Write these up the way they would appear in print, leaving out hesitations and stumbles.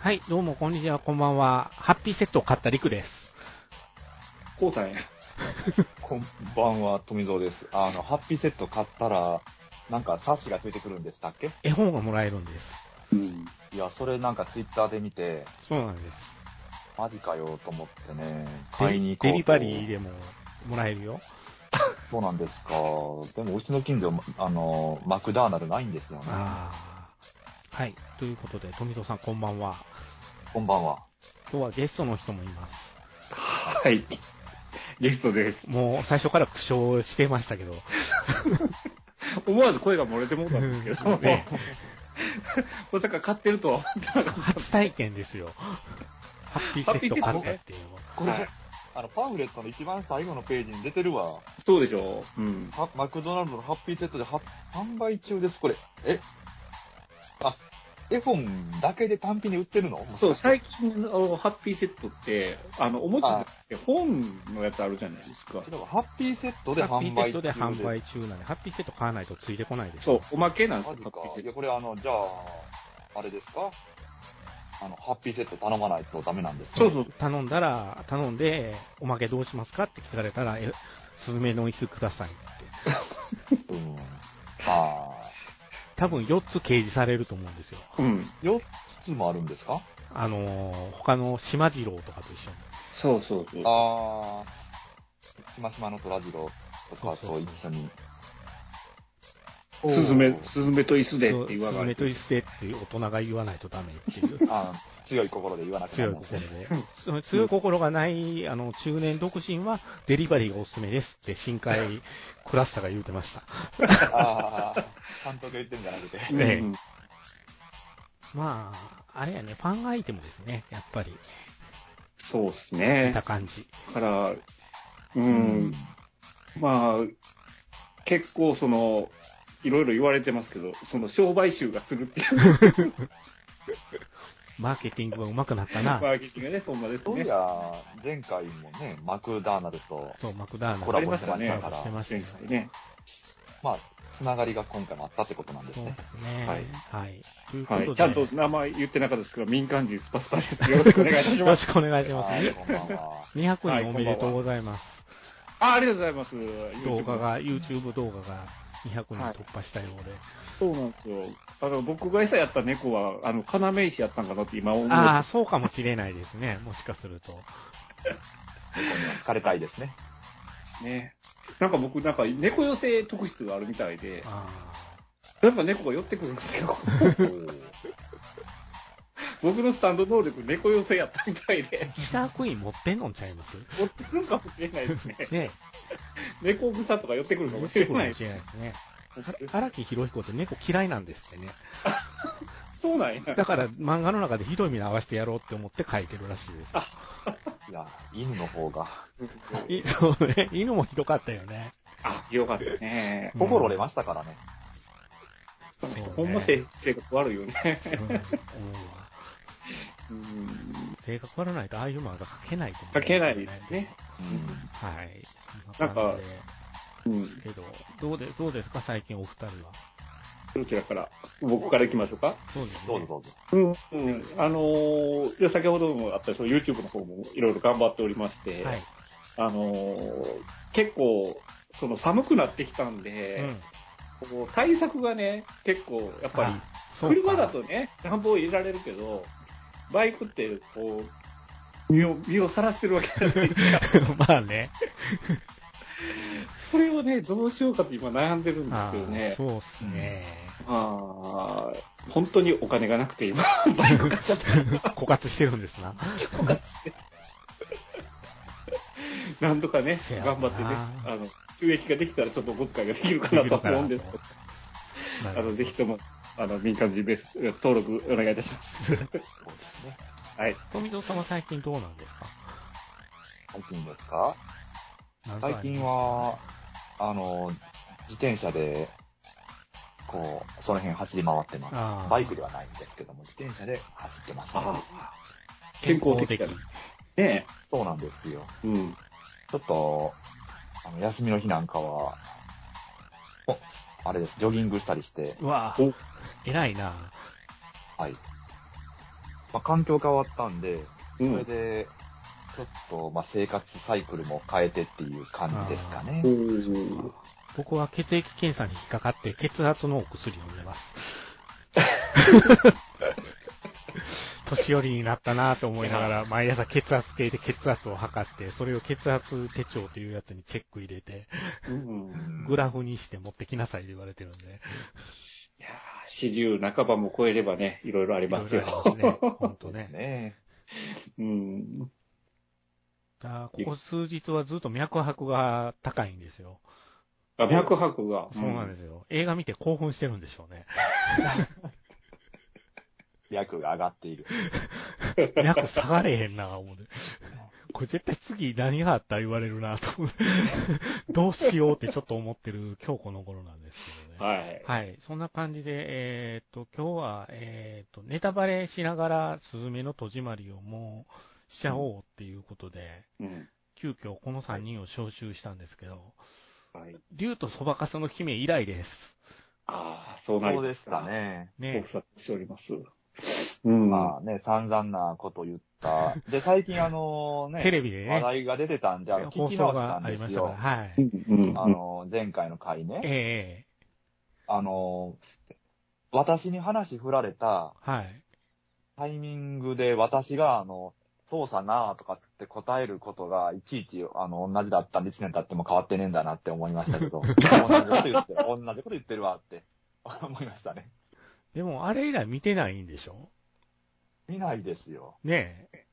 はい、どうもこんにちは、こんばんは。ハッピーセットを買ったリクです。 こうさんや。 こんばんは、富蔵です。ハッピーセット買ったら、なんか冊子がついてくるんでしたっけ？ 絵本がもらえるんです。 うん。 いや、それなんかツイッターで見て、 そうなんです。 マジかよと思ってね、買いに行こうと。 デリバリーでももらえるよ。 そうなんですか。でもうちの近所、マクダーナルないんですよね。 はい、ということで、富蔵さんこんばんは。 こんばんは。 今日はゲストの人もいます。 はい。ゲストです。 もう最初から苦笑してましたけど。 思わず声が漏れてもうたんですけど、ね、まさか買ってるとは思ってなかった。 初体験ですよ。ハッピーセット買ったっていうのは。 これ、はい、パンフレットの一番最後のページに出てるわ。 そうでしょう。うん。 マクドナルドのハッピーセットで販売中です、これ。絵本だけで単品で売ってるの？ そう、最近のハッピーセットって、おもちゃって本のやつあるじゃないですか。 ハッピーセットで販売中で。 ハッピーセットで販売中なんで、ハッピーセット買わないとついてこないです。 そう、おまけなんですよ、ハッピーセット。 いや、これじゃあ、あれですか？ハッピーセット頼まないとダメなんですか？ そうそう、頼んで、おまけどうしますかって聞かれたら、スズメの椅子くださいって。多分4つ掲示されると思うんですよ。 うん。 4つもあるんですか？ 他の島次郎とかと一緒に。 そうそうそう。 しましまの虎次郎とかと一緒に。 スズメと椅子でって言わないと。 スズメと椅子でっていう大人が言わないとダメっていう。 強い心で言わなくて。 強い心で。強い心がない、中年独身はデリバリーがおすすめですって深海クラスターが言うてました。 監督が言ってるんじゃなくて。 ね、うん、まあ、あれやね、ファンアイテムですね、やっぱり。 そうですね。 見た感じ。 だから、まあ、結構いろいろ言われてますけど、商売集がするっていう。 マーケティングが上手くなったな。 マーケティングがね、そんなですね。 そういや、前回もね、マクダーナルとコラボしてましたから。 前回ね。 まあ、つながりが今回もあったってことなんですね。 そうですね。はい。はい。 ということで、はい、ちゃんと名前言ってなかったですけど、民間人スパスパです。よろしくお願いいたします。 よろしくお願いします。 こんばんは。 200人おめでとうございます。 ありがとうございます。 YouTube 動画が200人突破したようで。 そうなんですよ。僕が餌やった猫は、要石やったんかなって今思う。 ああ、そうかもしれないですね。もしかすると。 猫には疲れたいですね。 ね。なんか僕、猫寄せ特質があるみたいで、やっぱ猫が寄ってくるんですよ。僕のスタンド能力、猫寄せやったみたいで。 ギタークイーン持ってんのんちゃいます？ 持ってくるかもしれないですね。 ね。 猫草とか寄ってくるかもしれないですね。荒木博彦って猫嫌いなんですってね。 そうなんや。 だから漫画の中でひどい目に合わせてやろうって思って書いてるらしいです。 いや、犬の方が。 そうね。犬もひどかったよね。 ひどかったね。 心折れましたからね。 ほんま性格悪いよね。 性格悪ないとああいう漫画描けないと思う。 描けないですね。 はい。そんな感じで。けど、どうですか最近お二人は。 どちらから僕から行きましょうか。 そうですね。どうぞ。 先ほどもあったYouTube の方もいろいろ頑張っておりまして、はい、結構、寒くなってきたんで、対策がね、結構、やっぱり、車だとね、暖房入れられるけど、バイクって、身をさらしてるわけじゃないですか。 まあね。 それをね、どうしようかって今悩んでるんですけどね。 そうっすね。 本当にお金がなくて今、バイク買っちゃった。 枯渇してるんですな。 枯渇して。なんとかね、頑張ってね、収益ができたらちょっとお小遣いができるかなと思うんですけど、ぜひとも、民間人ベース登録お願いいたします。そうですね。はい。 富蔵さんは最近どうなんですか？ 最近ですか？最近は、自転車で、その辺走り回ってます。バイクではないんですけども、自転車で走ってます、ね。 健康的だね。 そうなんですよ。ちょっと、休みの日なんかは、あれです、ジョギングしたりして。 うわぁ、偉いな。 はい。 まあ、環境変わったんで、それで、ちょっと、まあ、生活サイクルも変えてっていう感じですかね。 僕は血液検査に引っかかって血圧のお薬を飲んでます。年寄りになったなぁと思いながら、毎朝血圧計で血圧を測って、それを血圧手帳というやつにチェック入れて、グラフにして持ってきなさいと言われてるんで。 いやー、40半ばも超えればね、いろいろありますよ。 いろいろありますね。本当ね。ここ数日はずっと脈拍が高いんですよ。 あ、脈拍が。 そうなんですよ。映画見て興奮してるんでしょうね。 脈が上がっている。 脈下がれへんな、思うて。これ絶対次何があった言われるな、と。どうしようってちょっと思ってる今日この頃なんですけどね。 はい。 はい。そんな感じで、今日は、ネタバレしながら、すずめの戸締まりをもうしちゃおうっていうことで、急遽この3人を招集したんですけど、竜とそばかすの姫以来です。 ああ、そうなりましたね。 ご無沙汰しております。 まあね、散々なこと言った。で、最近テレビでね、 話題が出てたんで、聞き直したんですよ。 はい。 前回の回ね。私に話振られた、タイミングで私が、そうさなとかつって答えることがいちいち、同じだったんで1年経っても変わってねえんだなって思いましたけど、同じこと言ってるわって思いましたね。 でも、あれ以来見てないんでしょ？ 見ないですよ。 ねえ。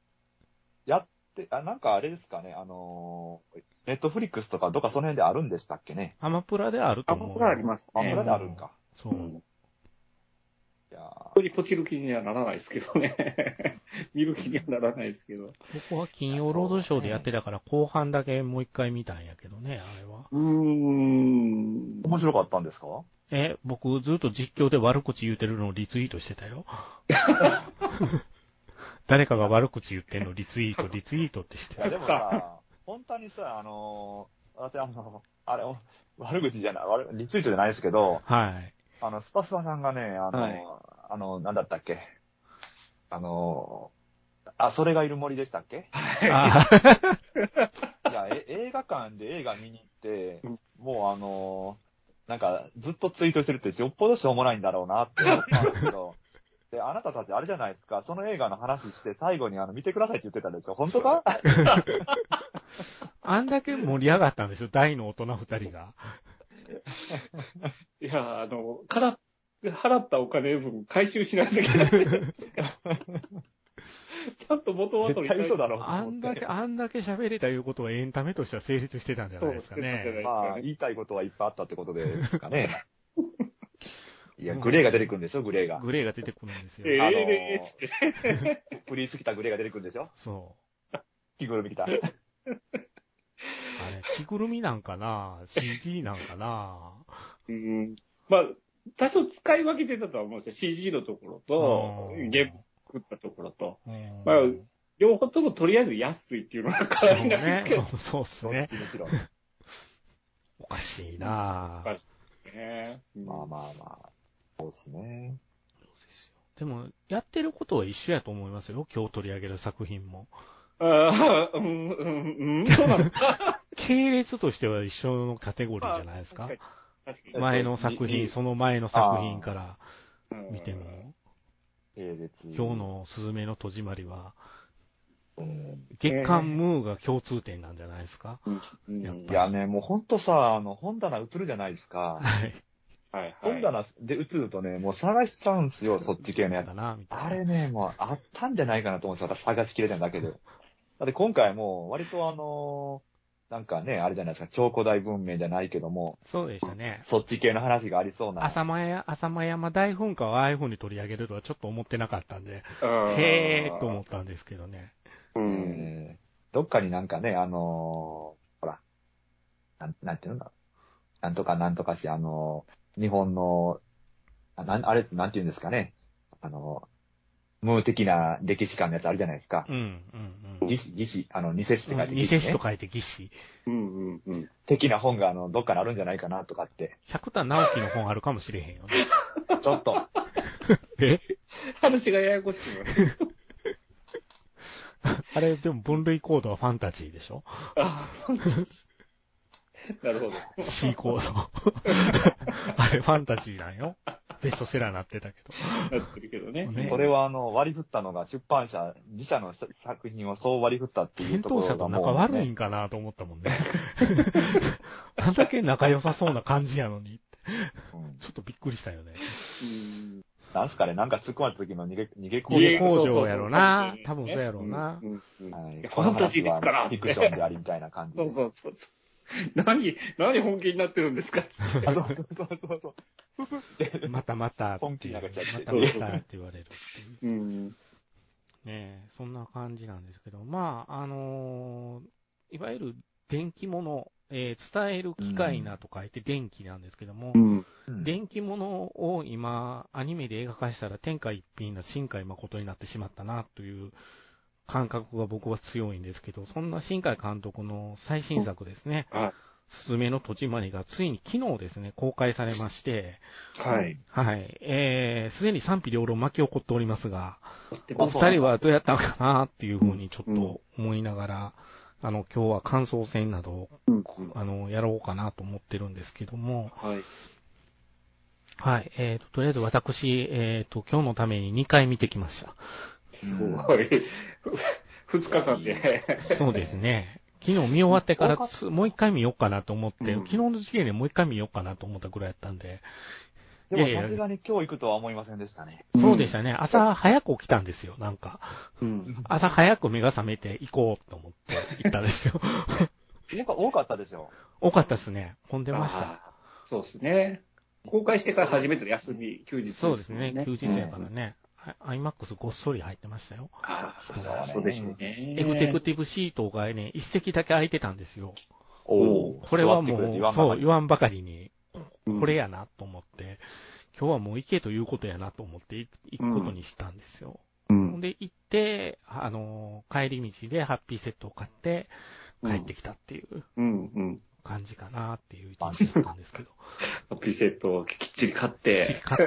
なんかあれですかね、ネットフリックスとかどっかその辺であるんでしたっけね。 アマプラであると思う。 アマプラありますね。 アマプラであるんか。 そう。 いや本当にポチる気にはならないですけどね。見る気にはならないですけど。 僕は金曜ロードショーでやってたから後半だけもう一回見たんやけどね、あれは。 面白かったんですか？ 僕ずっと実況で悪口言うてるのをリツイートしてたよ。誰かが悪口言ってんのリツイートってしてた。 でもさ、本当にさ、私あれ、悪口じゃない、リツイートじゃないですけど、スパスパさんがね、なんだったっけ、それがいる森でしたっけ？いや、映画館で映画見に行って、もうなんか、ずっとツイートしてるってよっぽどしょうもないんだろうなって思ったんですけど、で、あなたたちあれじゃないですか、その映画の話して最後に見てくださいって言ってたんですよ。本当か？ あんだけ盛り上がったんですよ、大の大人二人が。 いや、払ったお金分回収しないといけない。ちゃんと元は取りたい。 絶対嘘だろう。 あんだけ喋れたいうことはエンタメとしては成立してたんじゃないですかね。 まあ、言いたいことはいっぱいあったってことですかね。いや、グレーが出てくるんでしょ、グレーが。 グレーが出てくるんですよ。 つって。 フリーすぎたグレーが出てくるんでしょ？ そう。 着ぐるみ着た。 あれ、着ぐるみなんかな ?CG なんかな？ まあ、多少使い分けてたとは思うんですよ。CG のところと、ゲーム作ったところと。まあ、両方ともとりあえず安いっていうのが変わりないですけど。 そうっすね。おかしいなぁ。 おかしいね。 まあ。そうっすね。 そうですよ。でも、やってることは一緒やと思いますよ。今日取り上げる作品も。 そうなの系列としては一緒のカテゴリーじゃないですか。前の作品、その前の作品から見ても。今日のスズメの戸締まりは、月刊ムーが共通点なんじゃないですか。 いやね、もうほんとさ、本棚映るじゃないですか。本棚で映るとね、もう探しちゃうんですよ、そっち系のやつ。あれね、もうあったんじゃないかなと思って私探しきれたんだけど。だって今回も割となんかね、あれじゃないですか、超古代文明じゃないけども。 そうでしたね。 そっち系の話がありそうな。 浅間山大噴火をああいう風に取り上げるとはちょっと思ってなかったんで、へーと思ったんですけどね。 どっかになんかね、ほら、なんていうんだ、なんとかし、日本の、あれ、なんていうんですかね、ムー的な歴史観のやつあるじゃないですか。義士、ニセ史って書いて義士、ね。ニセ史と書いて義士。 的な本がどっかにあるんじゃないかなとかって。 百田直樹の本あるかもしれへんよね。 ちょっと。 話がややこしくなる。 あれ、でも分類コードはファンタジーでしょ？ あ、ファンタジー。なるほど。 C コード。あれ、ファンタジーなんよ。ベストセラーなってたけど。なってるけどね。 それは割り振ったのが出版社、自社の作品をそう割り振ったっていうところがもう、ね。 返答者と仲悪いんかなと思ったもんね。あんだけ仲良さそうな感じやのにって。ちょっとびっくりしたよね。 なんすかね、なんか突っ込まれた時の逃げ工場やろうな。多分そうやろうな。 ファンタジーですから。 フィクションでありみたいな感じ。 そう。何本気になってるんですかそう。 また。 本気になっちゃって。 またって言われるっていう。ねえ、そんな感じなんですけど、まあ、いわゆる電気物、伝える機械なと書いて電気なんですけども、電気物を今、アニメで映画化したら天下一品な新海誠になってしまったな、という感覚が僕は強いんですけど、そんな新海監督の最新作ですね。すずめの戸締まりがついに昨日ですね、公開されまして、 はい。 すでに賛否両論巻き起こっておりますが、お二人はどうやったのかなっていうふうにちょっと思いながら、今日は感想戦などを、やろうかなと思ってるんですけども、とりあえず私、今日のために2回見てきました。 すごい。2日間で。 そうですね。昨日見終わってからもう1回見ようかなと思って、昨日の時点でもう1回見ようかなと思ったぐらいやったんで。 でもさすがに今日行くとは思いませんでしたね。 そうでしたね。朝早く起きたんですよ、なんか。朝早く目が覚めて行こうと思って行ったんですよ。 多かったですよ。 多かったですね。混んでました。 そうですね。公開してから初めての休み、休日、 そうですね。休日やからね。IMAX ごっそり入ってましたよ。 そうでしょうね。 エグゼクティブシートがね、一席だけ空いてたんですよ。 これはもう、そう、言わんばかりに、これやなと思って、今日はもう行けということやなと思って行くことにしたんですよ。で、行って、帰り道でハッピーセットを買って帰ってきたっていう感じかなっていう一日だったんですけど。 ハッピーセットをきっちり買って。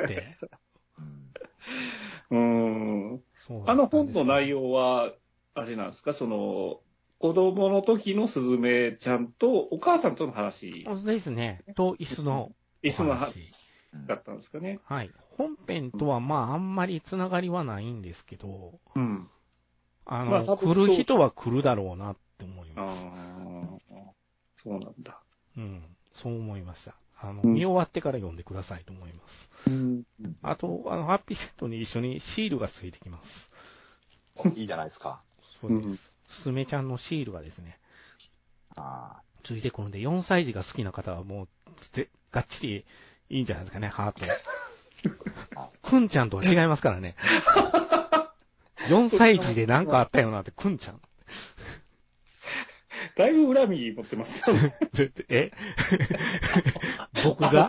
本の内容は、あれなんですか、子供の時のすずめちゃんとお母さんとの話。 そうですね。と、椅子の話だったんですかね。 はい。本編とはあんまりつながりはないんですけど、来る人は来るだろうなって思います。 そうなんだ。 そう思いました。見終わってから読んでくださいと思います。あと、ハッピーセットに一緒にシールがついてきます。 いいじゃないですか。 そうです。すずめちゃんのシールがですね、ついてくるんで、4歳児が好きな方はもう、がっちりいいんじゃないですかね、ハート。くんちゃんとは違いますからね。4歳児でなんかあったよなって、くんちゃん。 だいぶ恨み持ってますよね。 僕が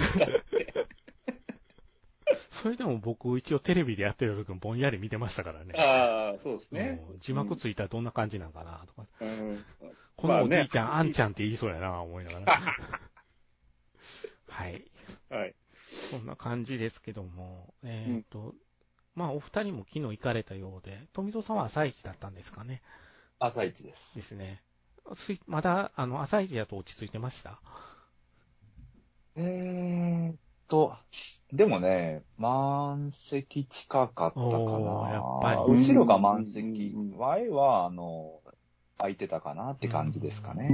それでも僕一応テレビでやってる時もぼんやり見てましたからね。 そうですね。 字幕ついたらどんな感じなんかなとか。このおじいちゃん、あんちゃんって言いそうやな、思いながら。はい。そんな感じですけども、お二人も昨日行かれたようで、富蔵さんは朝一だったんですかね。 朝一です。 ですね。まだ、朝一だと落ち着いてました？ でもね、満席近かったかな。 やっぱり。後ろが満席。前は、空いてたかなって感じですかね。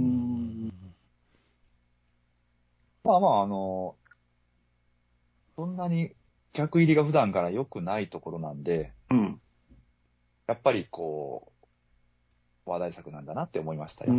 そんなに客入りが普段から良くないところなんで、やっぱり話題作なんだなって思いましたよ。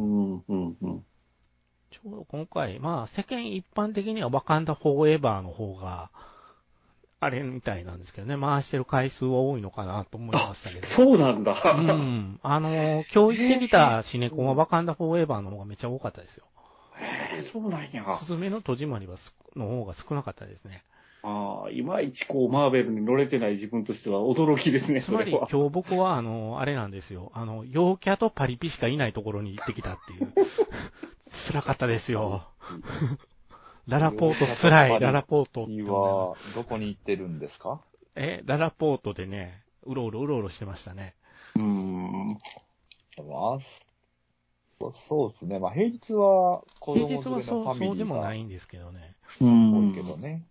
ちょうど今回、世間一般的にはワカンダフォーエバーの方が、あれみたいなんですけどね、回してる回数は多いのかなと思いましたけど。 そうなんだ。 今日行ってきたシネコンはワカンダフォーエバーの方がめっちゃ多かったですよ。 そうなんや。 すずめの戸締まりの方が少なかったですね。 いまいちマーベルに乗れてない自分としては驚きですね、 つまり今日僕はあれなんですよ。陽キャとパリピしかいないところに行ってきたっていう。辛かったですよ。ララポート辛い、ララポートって。 は、どこに行ってるんですか？ ララポートでね、うろうろしてましたね。 まあ、そうですね。まあ、平日は子供連れのファミリーが。平日はそうでもないんですけどね。 多いけどね。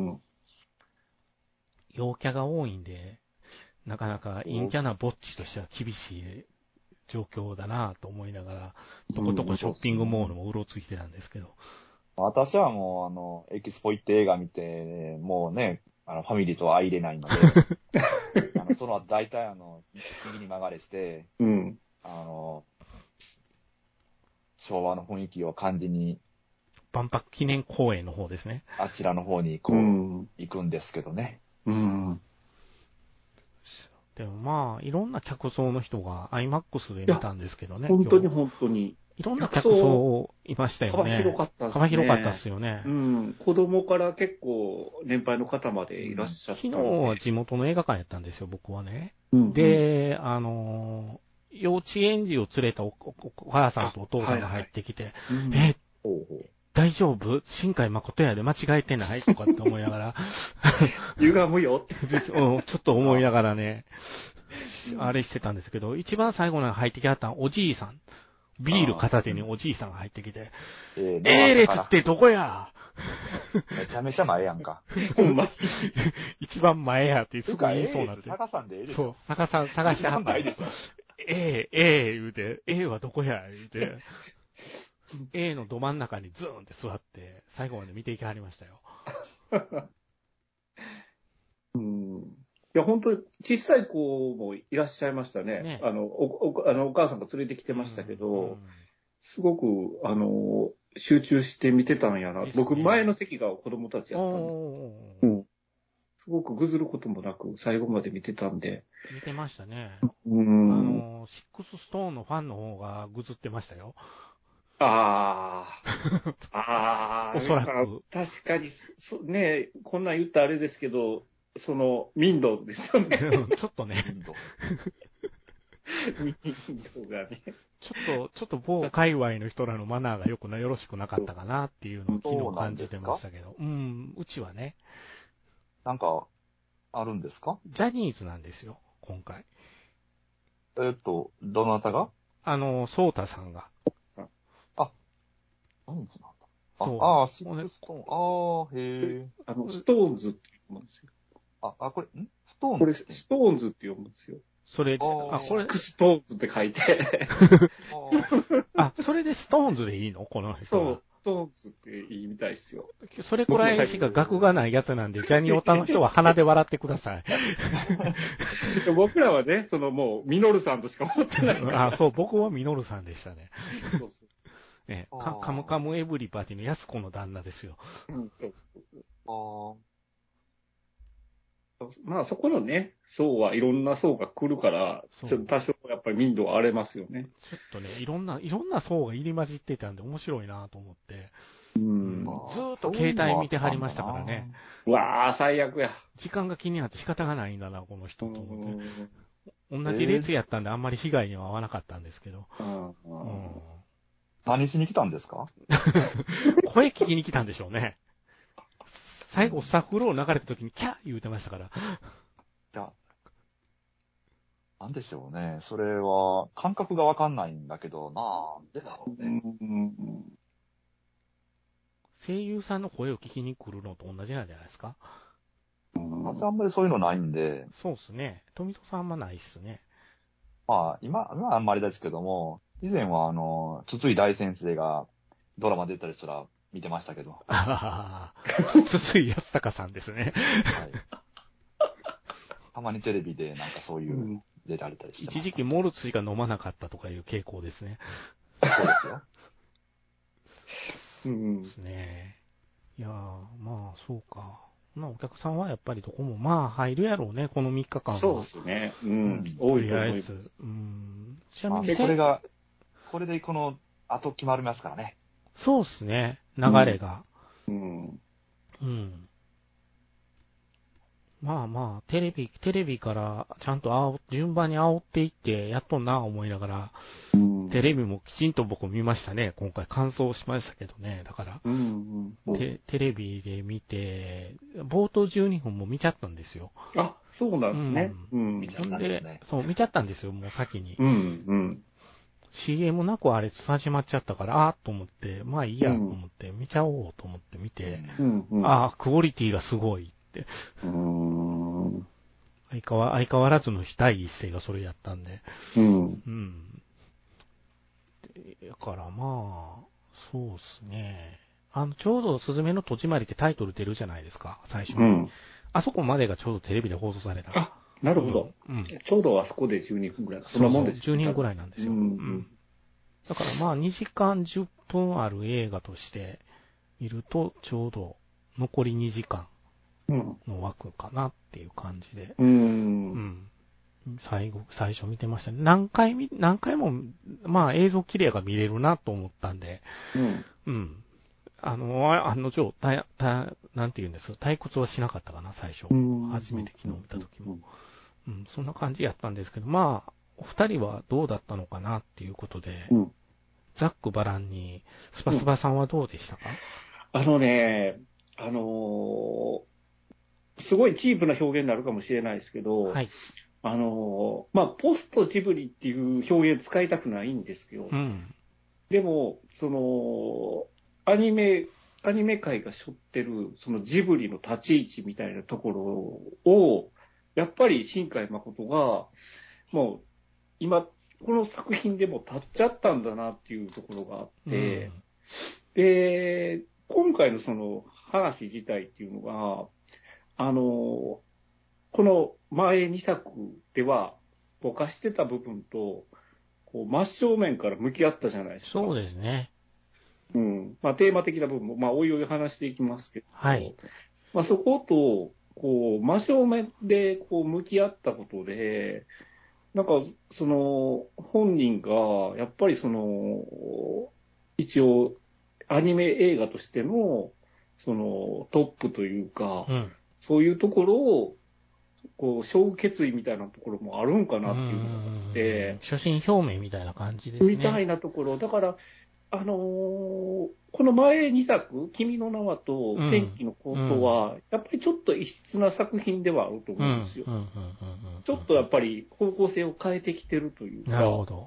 陽キャが多いんで、なかなか陰キャなぼっちとしては厳しい状況だなと思いながら、とことこショッピングモールもうろついてたんですけど。 私はもう、エキスポ行って映画見て、もうね、ファミリーとは相入れないので、その後大体右に曲がれして、昭和の雰囲気を感じに、 万博記念公園の方ですね。 あちらの方に行くんですけどね。 でもまあ、いろんな客層の人が IMAX で見たんですけどね。 本当に。 いろんな客層いましたよね。 幅広かったですね。 幅広かったですよね。 子供から結構年配の方までいらっしゃった。 昨日は地元の映画館やったんですよ、僕はね。で、幼稚園児を連れたお母さんとお父さんが入ってきて、大丈夫新海誠やで間違えてないとかって思いながら。 歪むよって。 ちょっと思いながらね、あれしてたんですけど、一番最後に入ってきはったおじいさん。ビール片手におじいさんが入ってきて、列ってどこやめちゃめちゃ前やんか。 ほんま。 一番前やってすぐ言いそうになって。 探さんでええでしょ。 そう、探してはった。言うて、はどこや言うて、A のど真ん中にズーンって座って、最後まで見ていきはりましたよ。 いや、本当に小さい子もいらっしゃいましたね。お母さんが連れてきてましたけど、すごく、集中して見てたんやな。僕、前の席が子供たちやったんで。すごくぐずることもなく、最後まで見てたんで。 見てましたね。シックスストーンのファンの方がぐずってましたよ。おそらく。 確かに、ね、こんなん言ったらあれですけど、民度ですよね。 ちょっとね。 民度がね。 ちょっと某界隈の人らのマナーがよろしくなかったかなっていうのを昨日感じてましたけど。うちはね。 なんか、あるんですか？ ジャニーズなんですよ、今回。 どなたが？ ソータさんが。 何なんだ。 そう。 シックストーン。へえ。ストーンズって読むんですよ。 これ、ストーンズ？ これ、ストーンズって読むんですよ。 それ、 これ、ストーンズって書いて。 それでストーンズでいいのこの人。 そう、ストーンズっていいみたいですよ。 それくらいしか学がないやつなんで、ジャニオタの人は鼻で笑ってください。 僕らはね、もう、ミノルさんとしか思ってないから。 そう、僕はミノルさんでしたね。 そうカムカムエブリバディの安子の旦那ですよ。 まあそこのね、層はいろんな層が来るから、ちょっと多少やっぱり民度は荒れますよね。 ちょっとね、いろんな層が入り混じってたんで面白いなと思って。ずーっと携帯見てはりましたからね。 うわー、最悪や。 時間が気になって仕方がないんだな、この人と思って。同じ列やったんであんまり被害には遭わなかったんですけど。 何しに来たんですか？ 声聞きに来たんでしょうね。最後スタッフロール流れた時にキャー言うてましたから。いや、なんでしょうね。それは感覚がわかんないんだけど、なんでだろうね。 声優さんの声を聞きに来るのと同じなんじゃないですか？ 私あんまりそういうのないんで。 そうっすね。富戸さんあんまないっすね。 まあ、今はあんまりですけども、以前は筒井大先生がドラマ出たりしたら見てましたけど。 筒井康隆さんですね。 はい。たまにテレビでなんかそういう出られたりしてました。 一時期モルツしか飲まなかったとかいう傾向ですね。 そうですよ。 ですね。いやー、まあ、そうか。お客さんはやっぱりどこもまあ入るやろうね、この3日間は。 そうですね。多いと思います。 ちなみにこれでこの後決まりますからね。 そうっすね、流れが。 まあまあ、テレビからちゃんと順番に煽っていって、やっとんな思いながら、テレビもきちんと僕見ましたね。今回感想しましたけどね。だから、テレビで見て、冒頭12分も見ちゃったんですよ。 あ、そうなんですね。 見ちゃったんですね。 そう、見ちゃったんですよ、もう先に。CM なくあれ始まっちゃったから、と思って、まあいいやと思って、見ちゃおうと思って見て、クオリティがすごいって。相変わらずの第一声がそれやったんで。だからまあ、そうっすね。ちょうどすずめの戸締まりってタイトル出るじゃないですか、最初に。あそこまでがちょうどテレビで放送された。 あ、なるほど。ちょうどあそこで12分ぐらい。そんなもんです。 12分ぐらいなんですよ。だからまあ2時間10分ある映画として見ると、ちょうど残り2時間の枠かなっていう感じで。最初見てましたね。何回も、まあ映像綺麗が見れるなと思ったんで、案の定、なんて言うんですか、退屈はしなかったかな、最初。初めて昨日見た時も。そんな感じやったんですけど、まあ、お二人はどうだったのかなっていうことで、ざっくばらんに、スパスパさんはどうでしたか？ すごいチープな表現になるかもしれないですけど、まあ、ポストジブリっていう表現使いたくないんですけど、でも、アニメ界が背負ってる、そのジブリの立ち位置みたいなところを、やっぱり新海誠が、もう、今、この作品でも立っちゃったんだなっていうところがあって、で、今回のその話自体っていうのが、この前2作ではぼかしてた部分と、こう真正面から向き合ったじゃないですか。 そうですね。 まあテーマ的な部分も、まあおいおい話していきますけど、まあそこと、こう真正面でこう向き合ったことで、なんかその本人がやっぱりその一応アニメ映画としてのそのトップというか、そういうところをこう、勝負決意みたいなところもあるんかなっていうのがあって。 初心表明みたいな感じですね。 みたいなところ。だから、この前2作、君の名はと天気の子とは、やっぱりちょっと異質な作品ではあると思うんですよ。ちょっとやっぱり方向性を変えてきてるというか。 なるほど。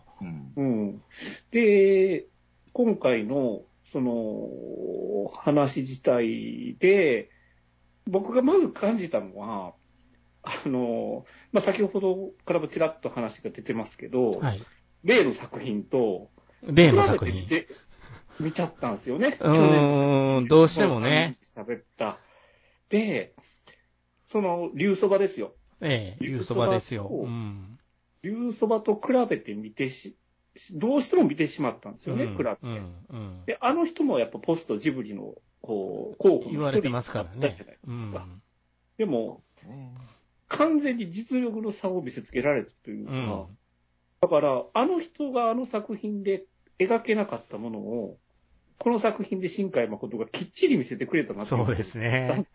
で、今回の、その、話自体で、僕がまず感じたのは、まあ、先ほどからもちらっと話が出てますけど、例の作品と、 例の作品で見ちゃったんですよね。 どうしてもね。 喋った。で、その、竜そばですよ。 竜そばですよ。 竜そばと比べてどうしても見てしまったんですよね、比べて。で、あの人もやっぱポストジブリの、こう、候補の一人言われてますからね。 でも、完全に実力の差を見せつけられたというか、だから、あの人があの作品で描けなかったものを、この作品で新海誠がきっちり見せてくれたなっていう。 そうですね。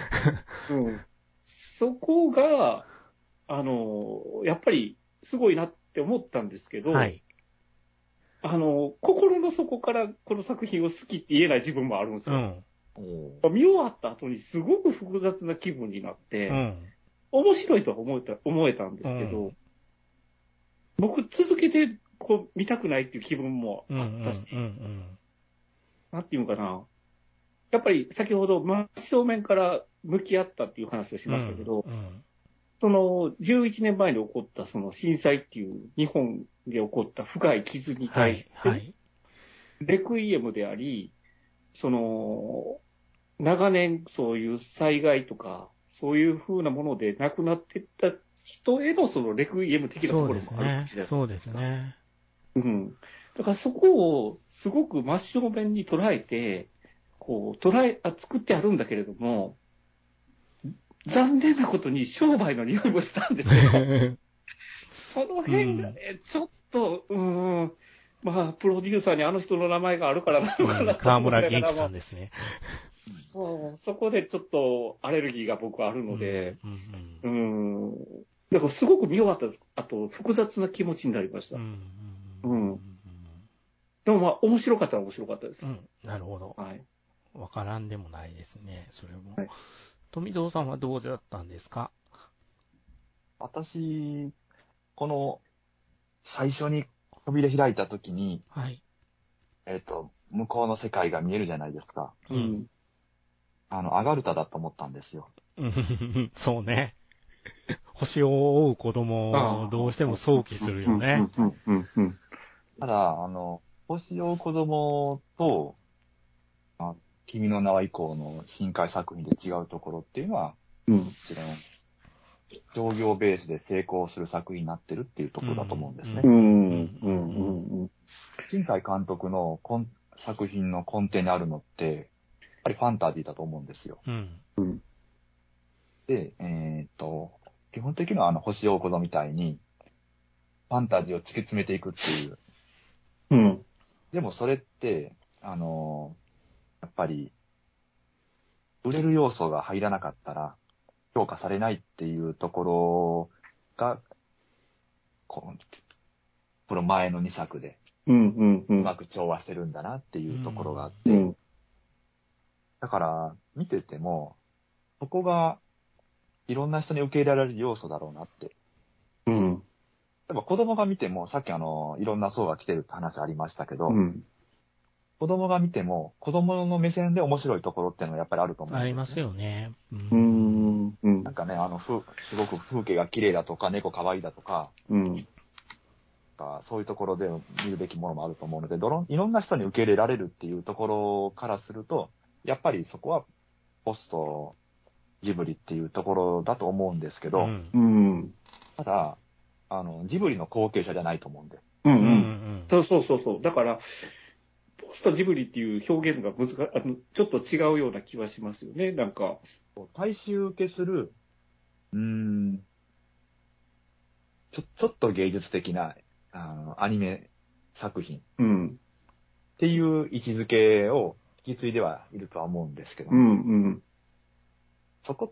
そこが、やっぱりすごいなって思ったんですけど、心の底からこの作品を好きって言えない自分もあるんですよ。見終わった後にすごく複雑な気分になって、面白いとは思えたんですけど、僕続けてこう見たくないっていう気分もあったし、なんていうのかな。やっぱり先ほど真正面から向き合ったっていう話をしましたけど、その11年前に起こったその震災っていう日本で起こった深い傷に対して、レクイエムであり、その長年そういう災害とか、そういう風なもので亡くなっていった人へのそのレクイエム的なところもあるかもしれない。 そうですね。 だからそこをすごく真正面に捉えて、こう作ってあるんだけれども、残念なことに商売の匂いもしたんですよ。その辺がね、ちょっと、まあ、プロデューサーにあの人の名前があるからなのかな。 河村元気さんですね。 そう、そこでちょっとアレルギーが僕はあるので、だからすごく見終わったです。あと、複雑な気持ちになりました。でもまあ、面白かったら面白かったです。 なるほど。 はい。 わからんでもないですね、それも。はい、富蔵さんはどうだったんですか？ 私、この、最初に扉開いたときに、 はい。 向こうの世界が見えるじゃないですか。アガルタだと思ったんですよ。 そうね。星を追う子供をどうしても想起するよね。 ただ、星を追う子供と、君の名は以降の深海作品で違うところっていうのは、もちろん、商業ベースで成功する作品になってるっていうところだと思うんですね。新海監督の作品の根底にあるのって、やっぱりファンタジーだと思うんですよ。で、基本的には星を追う子供みたいに、ファンタジーを突き詰めていくっていう。でもそれって、やっぱり、売れる要素が入らなかったら、評価されないっていうところが、この前の2作で、うまく調和してるんだなっていうところがあって、だから、見てても、そこが、いろんな人に受け入れられる要素だろうなって。例えば子供が見ても、さっきいろんな層が来てるって話ありましたけど、子供が見ても、子供の目線で面白いところっていうのはやっぱりあると思うんです、ね。 ありますよね。 なんかね、すごく風景が綺麗だとか、猫可愛いだとか、そういうところで見るべきものもあると思うので、いろんな人に受け入れられるっていうところからすると、やっぱりそこはポストジブリっていうところだと思うんですけど、ただ、ジブリの後継者じゃないと思うんで。 そう。だから、ポストジブリっていう表現がちょっと違うような気はしますよね、なんか。 大衆受けする、ちょっと芸術的な、アニメ作品。っていう位置づけを引き継いではいるとは思うんですけど、そこって、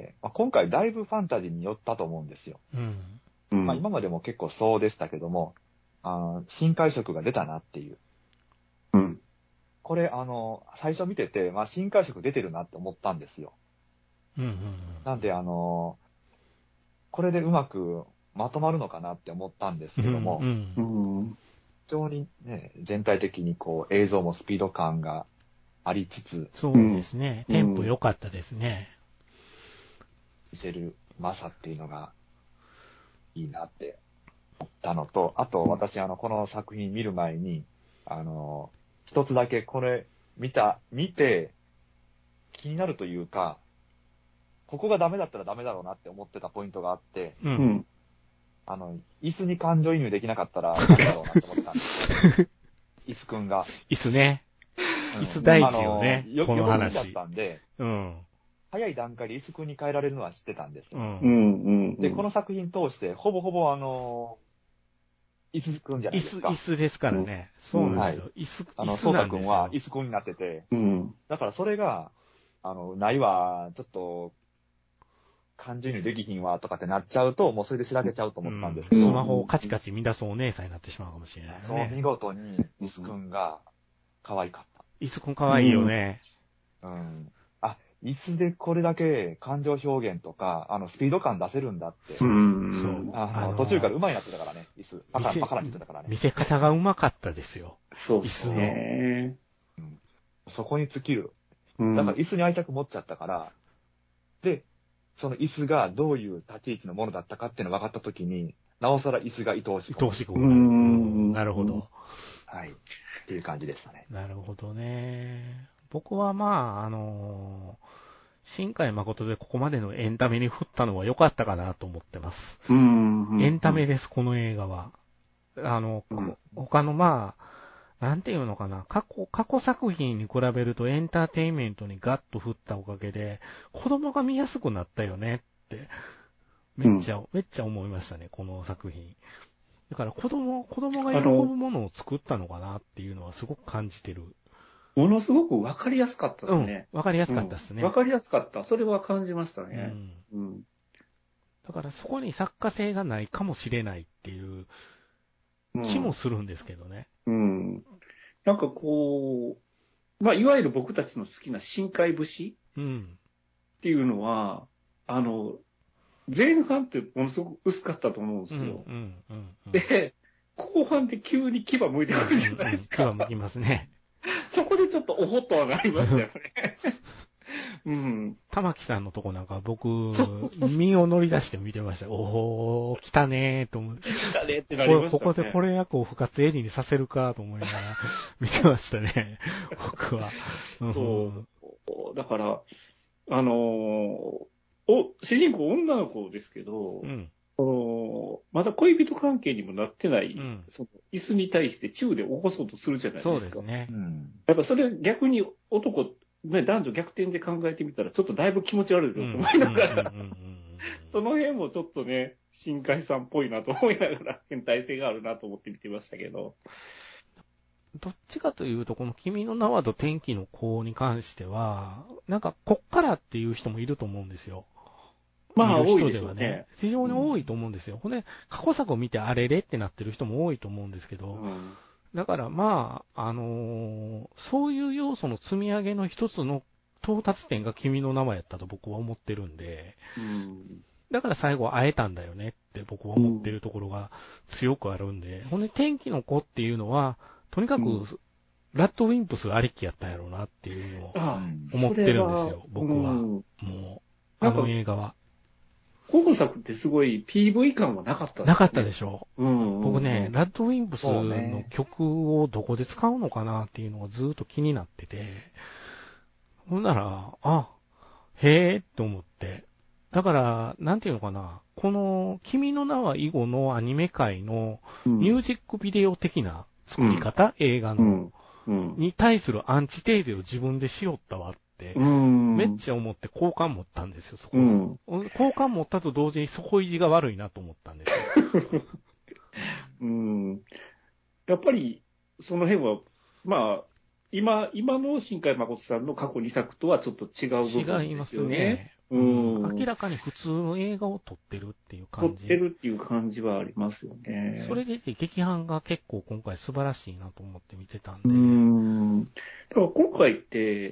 今回だいぶファンタジーに寄ったと思うんですよ。今までも結構そうでしたけども、深海色が出たなっていう。これ、最初見てて、深海色出てるなって思ったんですよ。なんで、これでうまくまとまるのかなって思ったんですけども、非常にね、全体的に映像もスピード感がありつつ、 そうですね。テンポ良かったですね。 見せるマサっていうのがいいなって思ったのと、あと私この作品見る前に、一つだけこれ見て気になるというか、ここがダメだったらダメだろうなって思ってたポイントがあって、椅子に感情移入できなかったらダメだろうなって思ってたんですよ。椅子くんが。 椅子ね。椅子大事よね。この話。 だったんで、早い段階で椅子くんに変えられるのは知ってたんですよ。で、この作品通して、ほぼほぼ椅子くんじゃないですか。 椅子ですからね。そうなんですよ。椅子なんですよ。 そうたくんは椅子くんになってて、だからそれが、ないわ、ちょっと、感情移入できひんわとかってなっちゃうと、もうそれで調べちゃうと思ったんですけど。 スマホをカチカチ乱すお姉さんになってしまうかもしれないね。 そう、見事に、椅子くんが可愛かった。 椅子くん可愛いよね。 椅子でこれだけ感情表現とか、スピード感出せるんだって。そう。途中から上手いなってたからね、椅子。パカラって言ってたからね。 見せ方が上手かったですよ。 そうですね。 そこに尽きる。だから椅子に愛着持っちゃったから、で、その椅子がどういう立ち位置のものだったかっていうのが分かったときに、なおさら椅子が愛おしくなる。 愛おしくなる。なるほど。 はい。っていう感じでしたね。 なるほどね。僕は新海誠でここまでのエンタメに振ったのは良かったかなと思ってます。エンタメです、この映画は。他のなんていうのかな、過去作品に比べるとエンターテインメントにガッと振ったおかげで、子供が見やすくなったよねって、めっちゃ思いましたね、この作品。だから子供が喜ぶものを作ったのかなっていうのはすごく感じてる。 ものすごくわかりやすかったですね。 わかりやすかったですね。 わかりやすかった。それは感じましたね。 だからそこに作家性がないかもしれないっていう気もするんですけどね。 なんかこう、まあ、いわゆる僕たちの好きな深海節っていうのは、前半ってものすごく薄かったと思うんですよ。で、後半で急に牙向いてくるじゃないですか。 牙向きますね。 そこでちょっとおほっと上がりましたよね。 玉木さんのとこなんか僕、身を乗り出して見てました。おー、来たねーと思って。 来たねーってなりましたね。 ここでこれ役を不活襟にさせるかと思いながら見てましたね。僕は。 そう。だから、主人公女の子ですけど、まだ恋人関係にもなってない、その椅子に対して宙で起こそうとするじゃないですか。 そうですね。 やっぱそれ逆に男、ね、男女逆転で考えてみたらちょっとだいぶ気持ち悪いぞと思いながら、その辺もちょっとね、新海さんっぽいなと思いながら、変態性があるなと思って見てましたけど。 どっちかというと、この君の名はと天気の子に関しては、なんかこっからっていう人もいると思うんですよ。 まあ、 多いではね。非常に多いと思うんですよ。ほんで、過去作を見てあれれってなってる人も多いと思うんですけど、だからまあ、そういう要素の積み上げの一つの到達点が君の名はやったと僕は思ってるんで、だから最後会えたんだよねって僕は思ってるところが強くあるんで、ほんで天気の子っていうのは、とにかく、ラッドウィンプスありきやったんやろうなっていうのを思ってるんですよ、僕は。もう、映画は。 今作ってすごい PV 感はなかったですね。 なかったでしょ。僕ね、ラッドウィンプスの曲をどこで使うのかなっていうのがずっと気になってて、ほんなら、へーって思って。だから、なんていうのかな、この、君の名は以後のアニメ界のミュージックビデオ的な作り方、映画の、に対するアンチテーゼを自分でしよったわって、めっちゃ思って好感持ったんですよ、そこ。好感持ったと同時に底意地が悪いなと思ったんですよ。 やっぱり、その辺は、まあ、今の新海誠さんの過去2作とはちょっと違う部分ですよね。 違いますね。明らかに普通の映画を撮ってるっていう感じ。 撮ってるっていう感じはありますよね。 それで劇伴が結構今回素晴らしいなと思って見てたんで。だから今回って、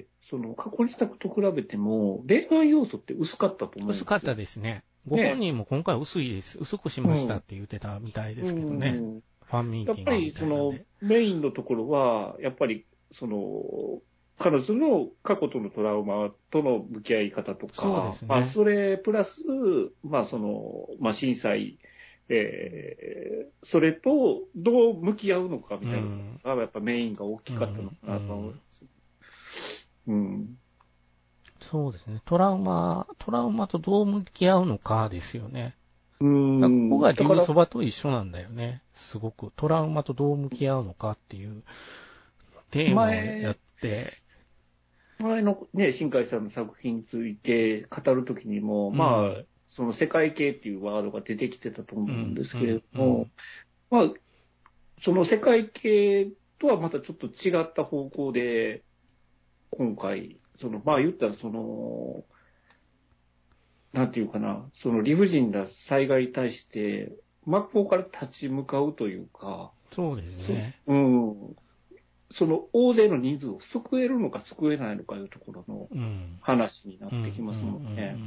その過去2作と比べても、恋愛要素って薄かったと思うんですよ。 薄かったですね。ご本人も今回薄いです。薄くしましたって言ってたみたいですけどね。ファンミーティングみたいな。 やっぱりそのメインのところは、やっぱりその、彼女の過去とのトラウマとの向き合い方とか、 そうですね。 それプラス、震災、それとどう向き合うのかみたいなのが、やっぱメインが大きかったのかなと思います。 そうですね。トラウマとどう向き合うのかですよね。ここが竜そばと一緒なんだよね。すごく。トラウマとどう向き合うのかっていうテーマをやって、 前のね、新海さんの作品について語るときにも、その世界系っていうワードが出てきてたと思うんですけれども、その世界系とはまたちょっと違った方向で、今回、言ったらなんていうかな、その理不尽な災害に対して、真っ向から立ち向かうというか、 そうですね。 その大勢の人数を救えるのか救えないのかいうところの話になってきますもんね。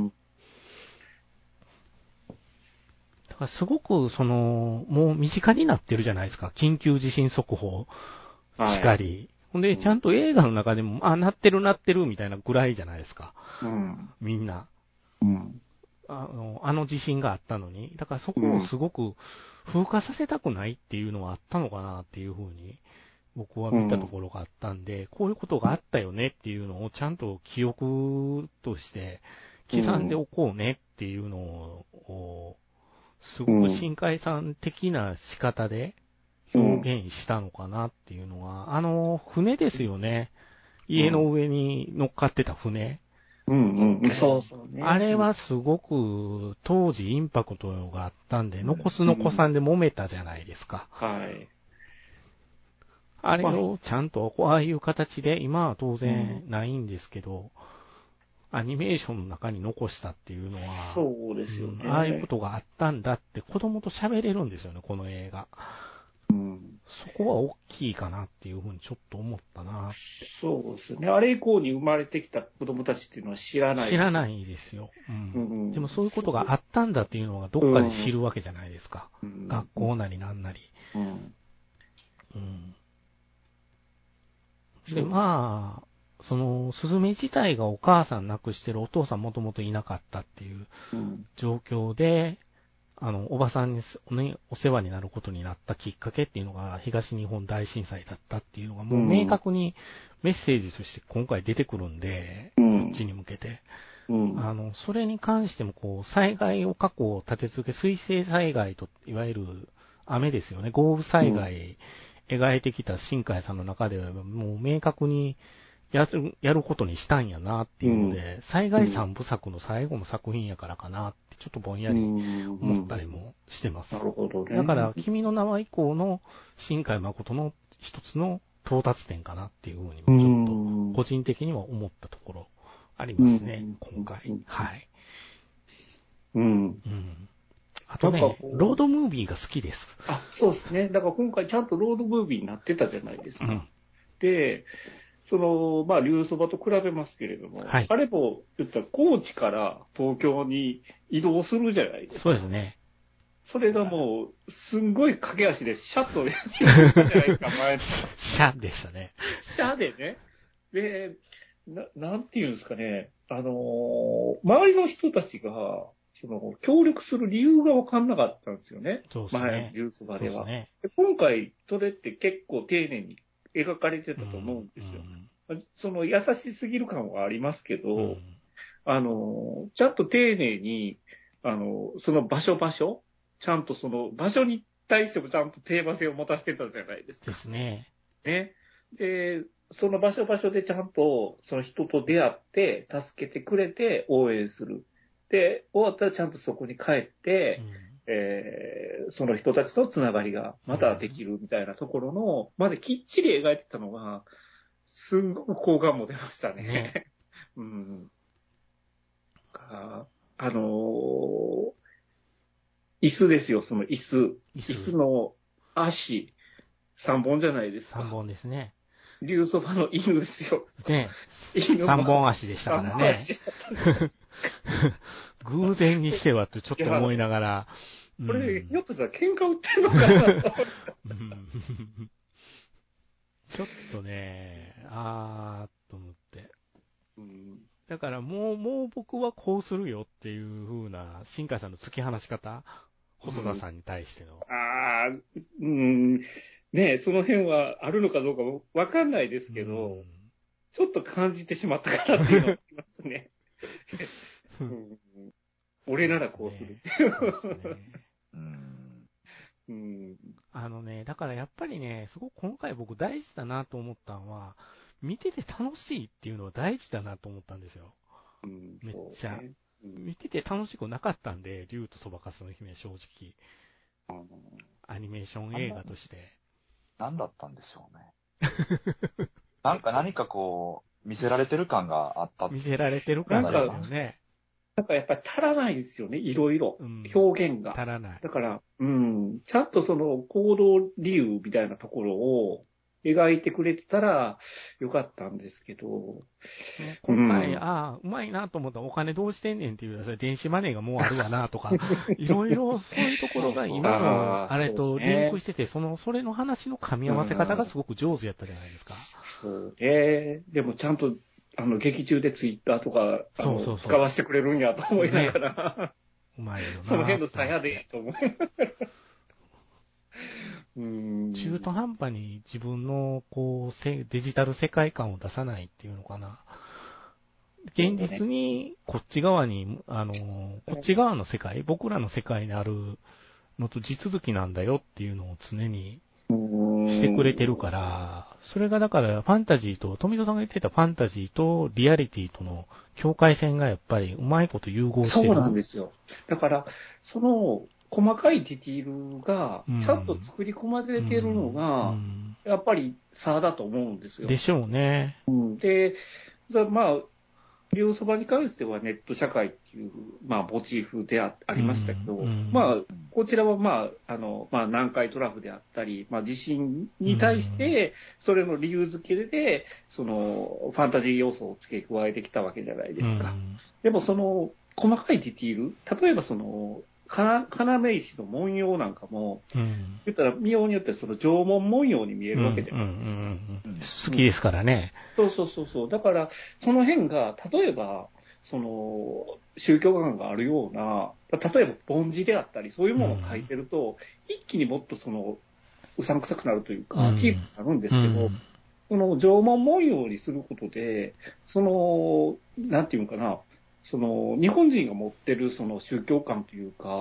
だからすごくもう身近になってるじゃないですか。緊急地震速報しかり。ほんで、ちゃんと映画の中でも、なってるみたいなぐらいじゃないですか。みんな。あの地震があったのに。だからそこをすごく風化させたくないっていうのはあったのかなっていうふうに。僕は見たところがあったんで、こういうことがあったよねっていうのをちゃんと記憶として刻んでおこうねっていうのを、すごく新海さん的な仕方で表現したのかなっていうのは、船ですよね。家の上に乗っかってた船。 そうそうね。 あれはすごく当時インパクトがあったんで、残さんで揉めたじゃないですか。 あれをちゃんと、ああいう形で、今は当然ないんですけど、アニメーションの中に残したっていうのは、 そうですよね。 ああいうことがあったんだって子供と喋れるんですよね、この映画。そこは大きいかなっていうふうにちょっと思ったなって。 そうですね。あれ以降に生まれてきた子供たちっていうのは知らない。 知らないですよ。でもそういうことがあったんだっていうのがどっかで知るわけじゃないですか。学校なりなんなり。で、まあ、その、スズメ自体がお母さん亡くしてる、お父さんもともといなかったっていう状況で、おばさんにお世話になることになったきっかけっていうのが東日本大震災だったっていうのがもう明確にメッセージとして今回出てくるんで、こっちに向けて。それに関してもこう、災害を過去立て続け、水性災害と、いわゆる雨ですよね、豪雨災害、描いてきた新海さんの中ではもう明確にやることにしたんやなっていうので、災害三部作の最後の作品やからかなってちょっとぼんやり思ったりもしてます。 なるほどね。 だから君の名は以降の新海誠の一つの到達点かなっていうふうにもちょっと個人的には思ったところありますね、今回。はい。あとね、ロードムービーが好きです。 そうですね。だから今回ちゃんとロードムービーになってたじゃないですか。で、竜そばと比べますけれども、あれも、言ったら高知から東京に移動するじゃないですか。 そうですね。 それがもう、すんごい駆け足でシャッとやってたじゃないですか、前の。 シャでしたね。 シャでね。で、なんていうんですかね、周りの人たちが、協力する理由が分かんなかったんですよね。 そうですね。 前の竜そばでは。 そうですね。 で今回、それって結構丁寧に描かれてたと思うんですよ。優しすぎる感はありますけど、ちゃんと丁寧に、その場所、ちゃんとその場所に対してもちゃんとテーマ性を持たせてたじゃないですか。 ですね。 ね。で、その場所でちゃんとその人と出会って、助けてくれて応援する。で、終わったらちゃんとそこに帰って、その人たちとつながりがまたできるみたいなところの、まできっちり描いてたのが、すんごく好感も出ましたね。椅子ですよ、その椅子。椅子の足、3本じゃないですか。 3本ですね。 竜そばの犬ですよ。 ね。3本足でしたからね。偶然にしてはとちょっと思いながら。 これ、ひょっとしたら喧嘩売ってるのかなと。 ちょっとね、と思って。だからもう僕はこうするよっていう風な、新海さんの突き放し方、細田さんに対しての。 ね、その辺はあるのかどうかもわかんないですけど、ちょっと感じてしまったからっていうのがありますね。俺ならこうするっていう。 だからやっぱりね、すごく今回僕大事だなと思ったのは、見てて楽しいっていうのは大事だなと思ったんですよ。めっちゃ。見てて楽しくなかったんで、竜とそばかすの姫、正直。アニメーション映画として。 何だったんでしょうね。何かこう、見せられてる感があった。 見せられてる感ですよね。 やっぱり足らないですよね、いろいろ。表現が。 足らない。 だから、ちゃんとその行動理由みたいなところを描いてくれてたらよかったんですけど。 今回、うまいなと思ったらお金どうしてんねんっていう、電子マネーがもうあるわなとか、いろいろそういうところが今のあれとリンクしてて、それの話の噛み合わせ方がすごく上手やったじゃないですか。 そうね。でもちゃんと、劇中でツイッターとか、使わせてくれるんやと思いながら、 うまいよな。 その辺の差やで、と思いながら。 中途半端に自分の、デジタル世界観を出さないっていうのかな。現実に、こっち側に、こっち側の世界、僕らの世界にあるのと地続きなんだよっていうのを常にしてくれてるから、それがだからファンタジーと、富田さんが言ってたファンタジーとリアリティとの境界線がやっぱりうまいこと融合してる。 そうなんですよ。だから、その細かいディティールがちゃんと作り込まれてるのが、 やっぱり差だと思うんですよ。 でしょうね。 で、まあ、龍そばに関してはネット社会っていう、まあ、モチーフでありましたけど、まあ、こちらはまあ、まあ、南海トラフであったり、まあ、地震に対して、それの理由付けで、ファンタジー要素を付け加えてきたわけじゃないですか。でも、細かいディティール、例えば要石の文様なんかも、言ったら見ようによって縄文文様に見えるわけじゃないですか。 好きですからね。 そう。だから、その辺が、例えば、宗教観があるような、例えば梵字であったり、そういうものを書いてると、一気にもっとうさんくさくなるというか、チープになるんですけど、縄文文様にすることで、なんていうのかな、日本人が持ってる宗教観というか、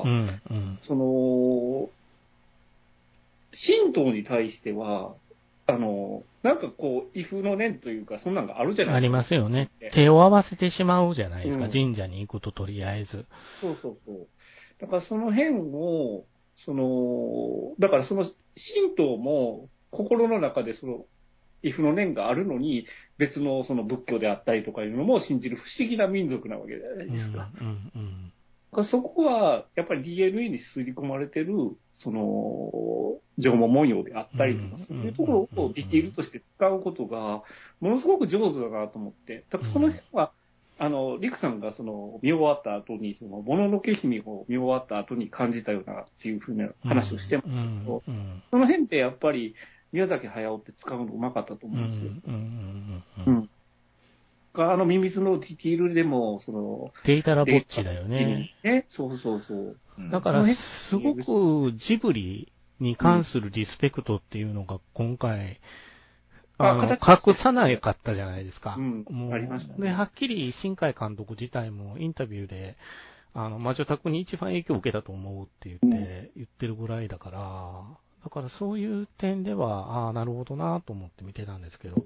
神道に対しては、なんかこう、威風の念というか、そんなのがあるじゃないですか。 ありますよね。手を合わせてしまうじゃないですか、神社に行くととりあえず。 そう。だからその辺を、だから神道も心の中で威風の念があるのに、別の仏教であったりとかいうのも信じる不思議な民族なわけじゃないですか。そこは、やっぱり DNA に刷り込まれてる、縄文文様であったりとか、そういうところをディティールとして使うことが、ものすごく上手だなと思って、だからその辺は、リクさんが見終わった後に、もののけ姫を見終わった後に感じたようなっていうふうな話をしてますけど、その辺ってやっぱり宮崎駿って使うのうまかったと思うんですよ。ミミズのディティールでも、 データラぼっちだよね。 そう。 だから、すごくジブリに関するリスペクトっていうのが今回、隠さないかったじゃないですか。 もうありましたね。 で、はっきり新海監督自体もインタビューで、魔女宅に一番影響を受けたと思うって言ってるぐらいだから、だからそういう点では、なるほどなと思って見てたんですけど。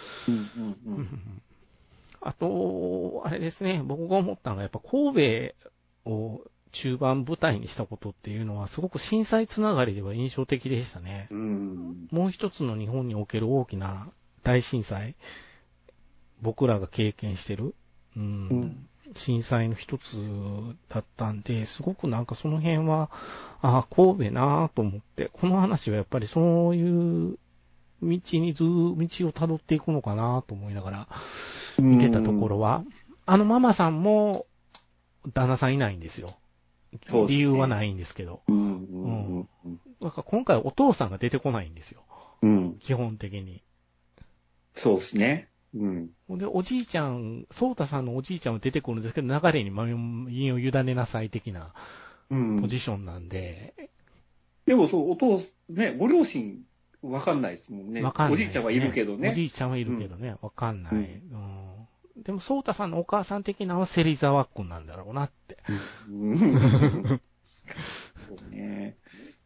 あと、あれですね、僕が思ったのがやっぱ神戸を中盤舞台にしたことっていうのはすごく震災つながりでは印象的でしたね。もう一つの日本における大きな大震災、僕らが経験してる、震災の一つだったんで、すごくなんかその辺は、神戸なぁと思って、この話はやっぱりそういう道を辿っていくのかなと思いながら見てたところは、ママさんも旦那さんいないんですよ。理由はないんですけど。だから今回お父さんが出てこないんですよ。基本的に。 そうですね。 で、おじいちゃん、ソータさんのおじいちゃんは出てくるんですけど、流れに身を委ねなさい的なポジションなんで。 でもご両親わかんないですもんね。 わかんない、 おじいちゃんはいるけどね。 おじいちゃんはいるけどね。わかんない。でも、ソータさんのお母さん的なのは芹沢くんなんだろうなって。 そうね。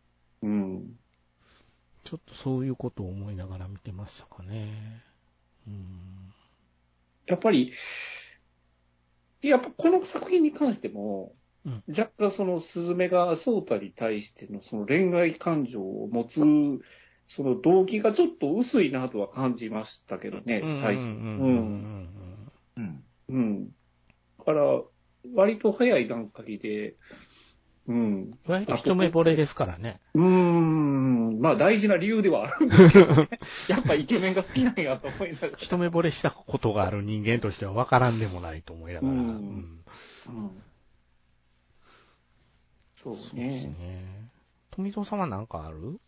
ちょっとそういうことを思いながら見てましたかね。 やっぱこの作品に関しても、若干スズメがソータに対しての恋愛感情を持つ、動機がちょっと薄いなとは感じましたけどね、最初。だから、割と早い段階で、 割と一目惚れですからね。 まあ大事な理由ではあるんですけどね。やっぱイケメンが好きなんやと思いながら。 一目惚れしたことがある人間としては分からんでもないと思いながら。 そうですね。 富蔵さんは何かある？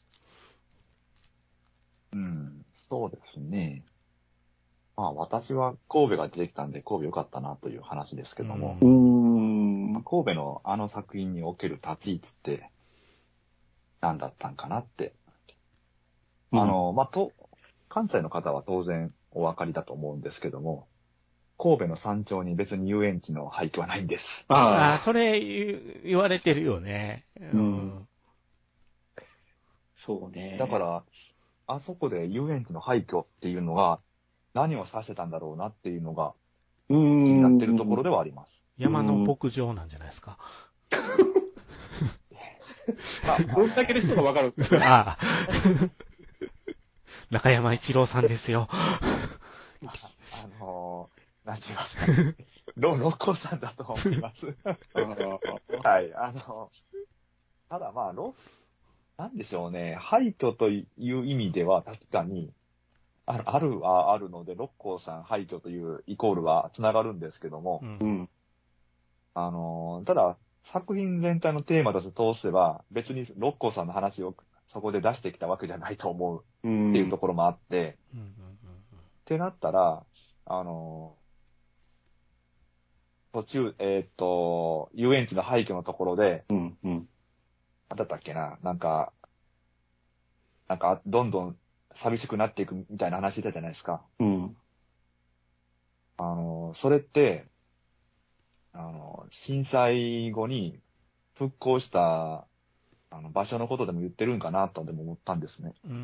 そうですね。まあ私は神戸が出てきたんで神戸良かったなという話ですけども、神戸のあの作品における立ち位置って何だったんかなって。関西の方は当然お分かりだと思うんですけども、神戸の山頂に別に遊園地の廃墟はないんです。 それ言われてるよね。 そうね。 だから、あそこで遊園地の廃墟っていうのが何を指してたんだろうなっていうのが気になってるところではあります。 山の牧場なんじゃないですか。 どんだけの人がわかるんですか？ 中山一郎さんですよ。 なんて言いますか、六甲さんだと思います。はい、ただまあ、なんでしょうね、廃墟という意味では確かに、あるはあるので、六甲さん廃墟というイコールは繋がるんですけども、うん、ただ、作品全体のテーマとして通せば、別に六甲さんの話をそこで出してきたわけじゃないと思うっていうところもあって、ってなったら、途中、遊園地の廃墟のところで、なんだったっけな、なんか、どんどん寂しくなっていくみたいな話してたじゃないですか。うん。それって、震災後に復興した場所のことでも言ってるんかなとでも思ったんですね。うん。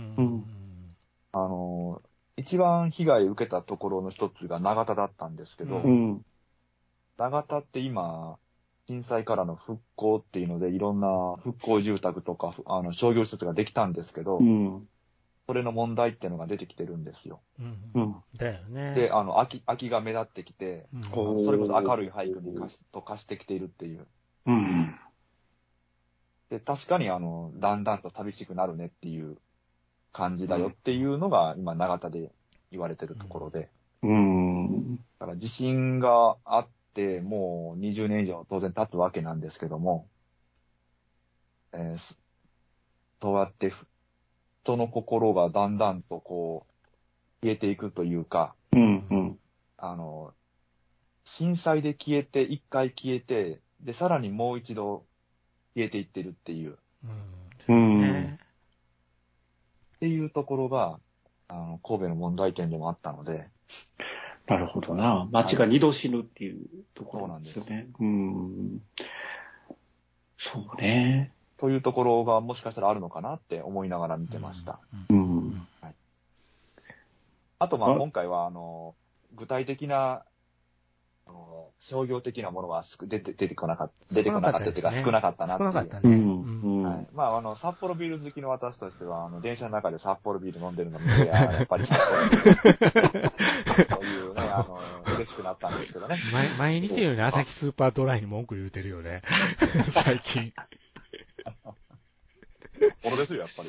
一番被害を受けたところの一つが長田だったんですけど、うん、長田って今、震災からの復興っていうので、いろんな復興住宅とか、商業施設ができたんですけど、うん、それの問題っていうのが出てきてるんですよ。 うん。だよね。 で、空きが目立ってきて、うん、それこそ明るい廃墟に貸してきているっていう。うん。で、確かにだんだんと寂しくなるねっていう感じだよっていうのが、今、長田で言われてるところで。だから地震があって、もう20年以上当然経つわけなんですけども、そうやって人の心がだんだんとこう、消えていくというか、震災で消えて、一回消えて、で、さらにもう一度消えていってるっていう。っていうところが、神戸の問題点でもあったので。 なるほどな。町が二度死ぬっていうところなんですよね。そうね。 というところがもしかしたらあるのかなって思いながら見てました。はい、あと、今回は、具体的な、商業的なものは出てこなかったというか少なかったなっていう。 少なかったね。 はい。札幌ビール好きの私としては、電車の中で札幌ビール飲んでるの見て、やっぱり札幌ビール。というね、嬉しくなったんですけどね。 毎日のように朝日スーパードライに文句言うてるよね。最近。 これですよ、やっぱ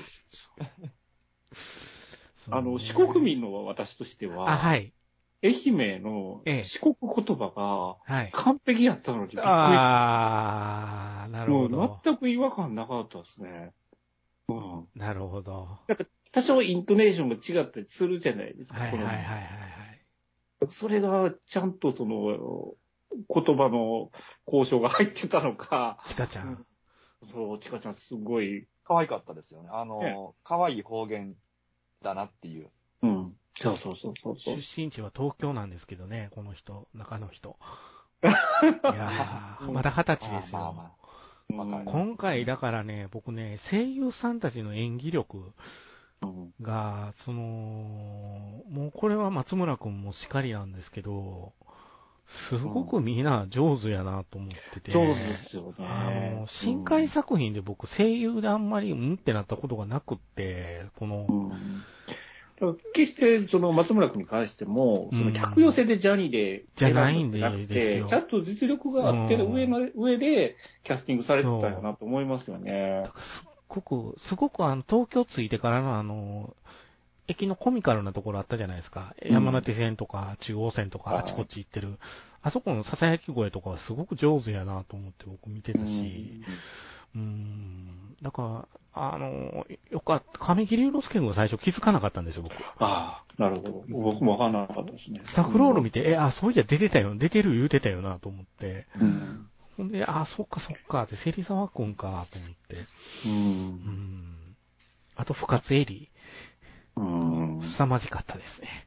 り。四国民の私としては、 はい。 愛媛の四国言葉が完璧やったのにびっくりしました。 ああ、なるほど。 もう全く違和感なかったですね。 なるほど。 なんか多少イントネーションが違ったりするじゃないですか。 はい。 それがちゃんと言葉の交渉が入ってたのか。 ちかちゃん。 そう、ちかちゃんすごい。 可愛かったですよね。可愛い方言だなっていう。 そう。 出身地は東京なんですけどね、この人、中の人。いやー、まだ20歳ですよ。今回だからね、僕ね、声優さんたちの演技力が、もうこれは松村くんもしかりなんですけど、すごくみんな上手やなと思ってて。 上手ですよね。 深海作品で僕声優であんまりってなったことがなくって、 決して、松村君に関しても、客寄せでジャニーで、 じゃないんですよ。 ちゃんと実力があって上でキャスティングされてたよなと思いますよね。 だからすごく東京着いてからの駅のコミカルなところあったじゃないですか。山手線とか中央線とかあちこち行ってる。あそこの囁き声とかはすごく上手やなと思って僕見てたし。だから、よかった。神木隆之介君が最初気づかなかったんですよ、僕。 ああ、なるほど。僕もわかんなかったですね。 スタッフロール見て、そういや出てる言うてたよなと思って。ほんで、そっかって、芹沢君かと思って。あと、深津絵里。凄まじかったですね。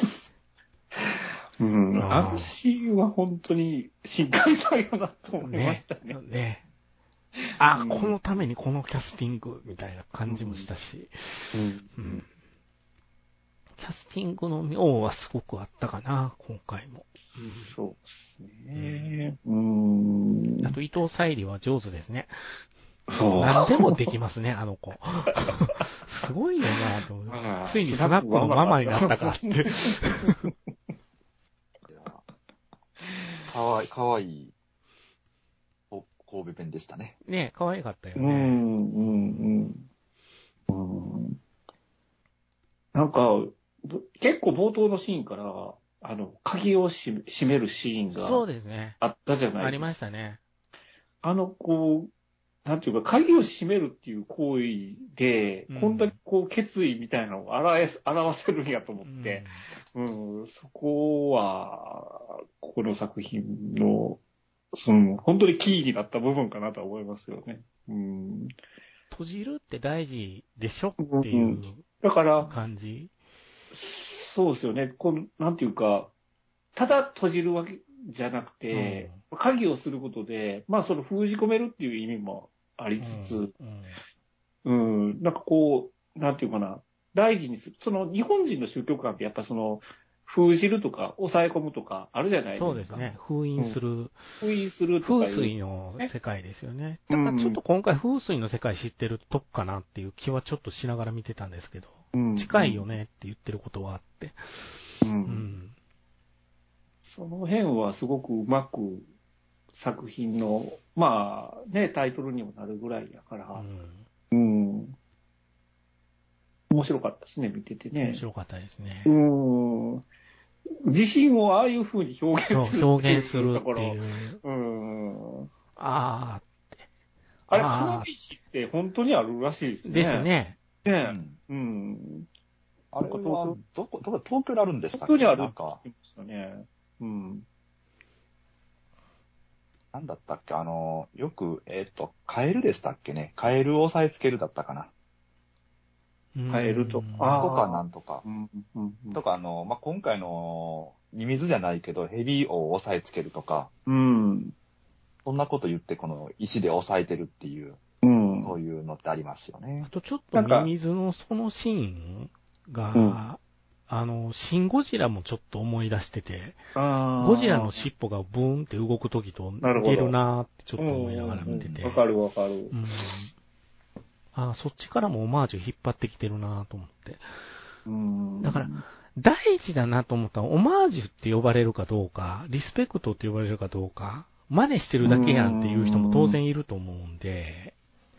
私は本当に深海作業だと思いましたね。 このためにこのキャスティングみたいな感じもしたし、キャスティングの妙はすごくあったかな、今回も。 そうですね。 あと伊藤沙莉は上手ですね。 何でもできますね、あの子。すごいよなと思って。ついにスナックのママになったかって。 かわいい、神戸弁でしたね。 ね、かわいかったよね。 なんか、結構冒頭のシーンから、鍵を閉めるシーンが、 そうですね。 あったじゃないですか。 ありましたね。 なんていうか、鍵を閉めるっていう行為で、こんだけ決意みたいなのを表せるんやと思って、そこは、この作品の、本当にキーになった部分かなとは思いますよね。 閉じるって大事でしょっていうだから感じ。 そうですよね。なんていうか、ただ閉じるわけじゃなくて、鍵をすることで、まあその封じ込めるっていう意味もありつつ、なんかなんていうかな、大事にする。日本人の宗教観ってやっぱ封じるとか、抑え込むとか、あるじゃないですか。 そうですね。封印する。 封印するとか。 風水の世界ですよね。だからちょっと今回風水の世界知ってるとこかなっていう気はちょっとしながら見てたんですけど、近いよねって言ってることはあって。 その辺はすごくうまく作品の、まあね、タイトルにもなるぐらいだから、面白かったですね、見ててね。 面白かったですね。 自信をああいう風に表現する。 表現するっていう。あって。 あれ、花火師って本当にあるらしいですね。 ですね。 あれは、東京にあるんですか？ 東京にあるって言ってましたね。 なんだったっけよく、カエルでしたっけね。カエルを押さえつけるだったかな。 カエルとかなんとか。とか、今回のミミズじゃないけど、ヘビを押さえつけるとか。そんなこと言って、この石で押さえてるっていう、そういうのってありますよね。 あとちょっとミミズのそのシーンが、シン・ゴジラもちょっと思い出してて、ゴジラの尻尾がブーンって動くときと似てるなーってちょっと思いながら見てて。 わかるわかる。 そっちからもオマージュ引っ張ってきてるなと思って。だから、大事だなと思ったら、オマージュって呼ばれるかどうか、リスペクトって呼ばれるかどうか、真似してるだけやんっていう人も当然いると思うんで、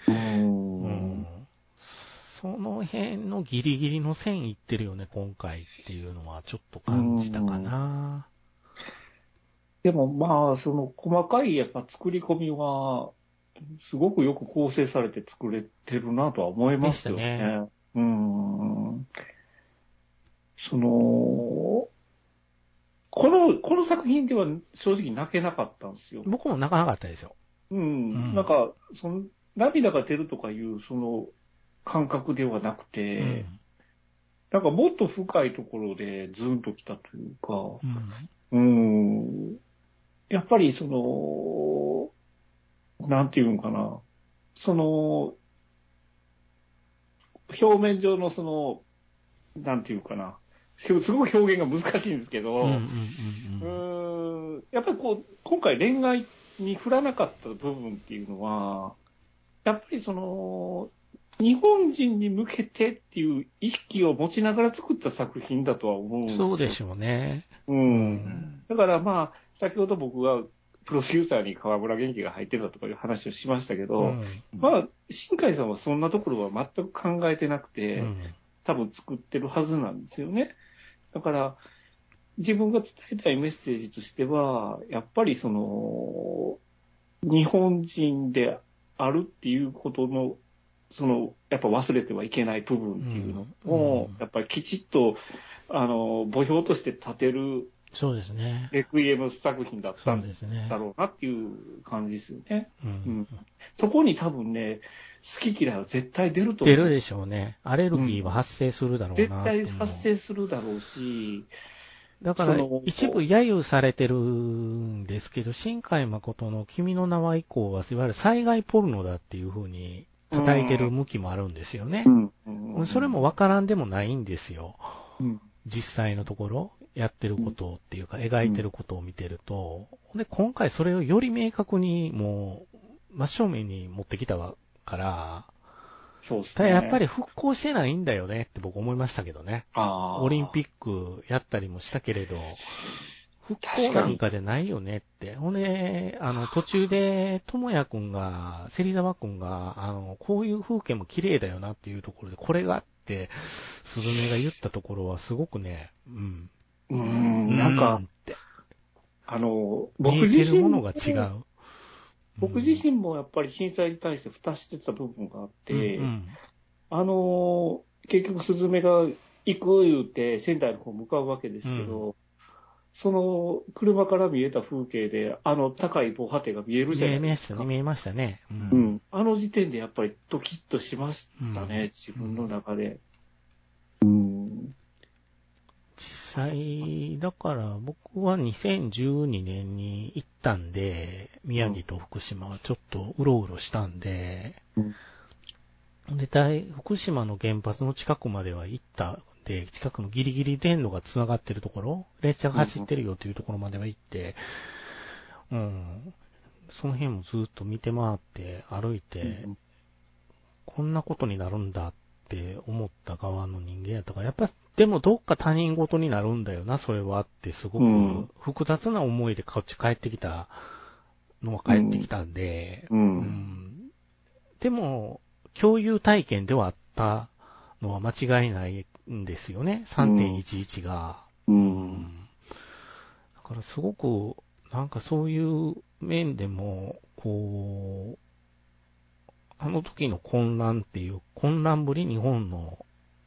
その辺のギリギリの線いってるよね、今回っていうのはちょっと感じたかな。 でもまあ、細かいやっぱ作り込みは、すごくよく構成されて作れてるなとは思いますよね。ねこの作品では正直泣けなかったんですよ。 僕も泣かなかったですよ。 なんか、涙が出るとかいう感覚ではなくて、なんかもっと深いところでズンときたというか、やっぱりなんていうんかな、表面上のなんていうかな、すごく表現が難しいんですけど、やっぱり今回恋愛に振らなかった部分っていうのは、やっぱり日本人に向けてっていう意識を持ちながら作った作品だとは思うんですよ。 そうでしょうね。 だからまあ、先ほど僕がプロデューサーに河村元気が入ってたとかいう話をしましたけど、まあ、新海さんはそんなところは全く考えてなくて、多分作ってるはずなんですよね。だから、自分が伝えたいメッセージとしては、やっぱり日本人であるっていうことの、やっぱ忘れてはいけない部分っていうのを、やっぱりきちっと、墓標として立てる、 そうですね。 レクイエム作品だったんだろうなっていう感じですよね。そこに多分ね、好き嫌いは絶対出ると思う。 出るでしょうね。アレルギーは発生するだろうな、 絶対発生するだろうし、 だから一部揶揄されてるんですけど、新海誠の君の名は以降は、いわゆる災害ポルノだっていう風に叩いてる向きもあるんですよね。それもわからんでもないんですよ。実際のところ、やってることっていうか、描いてることを見てると、で、今回それをより明確にもう、真正面に持ってきたから、 そうですね。 ただやっぱり復興してないんだよねって僕思いましたけどね。オリンピックやったりもしたけれど、復興なんかじゃないよねって。ほんで、途中で、ともやくんが、芹沢くんが、こういう風景も綺麗だよなっていうところで、これがあって、スズメが言ったところはすごくね、 なんか、僕自身もが違う。 僕自身もやっぱり震災に対して蓋してた部分があって、結局スズメが行く言うて仙台の方向かうわけですけど、その車から見えた風景で高い防波堤が見えるじゃないですか。 見えましたね。 あの時点でやっぱりドキッとしましたね、自分の中で。 実際、だから僕は2012年に行ったんで、宮城と福島はちょっとうろうろしたんで、で、福島の原発の近くまでは行ったんで、近くのギリギリ電路が繋がってるところ、列車が走ってるよというところまでは行って、その辺もずっと見て回って歩いて、こんなことになるんだって思った側の人間やったから、やっぱでもどっか他人事になるんだよな、それはってすごく複雑な思いでこっち帰ってきたのは帰ってきたんで、でも共有体験ではあったのは間違いないんですよね、3.11 が。だからすごくなんかそういう面でも、こう、あの時の混乱っていう、混乱ぶり日本の、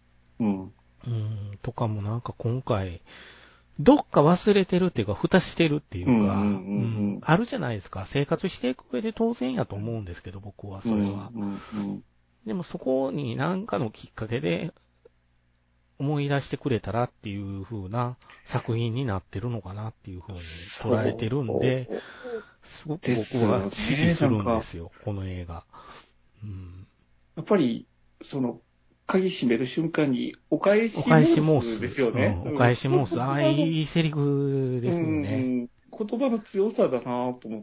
とかもなんか今回、どっか忘れてるっていうか、蓋してるっていうか、あるじゃないですか。生活していく上で当然やと思うんですけど、僕はそれは。でもそこに何かのきっかけで思い出してくれたらっていう風な作品になってるのかなっていう風に捉えてるんで、すごく僕は支持するんですよ、この映画。 やっぱり、鍵閉める瞬間に、お返しモースですよね。 お返しモース。ああ、いいセリフですよね。 言葉の強さだなと思って、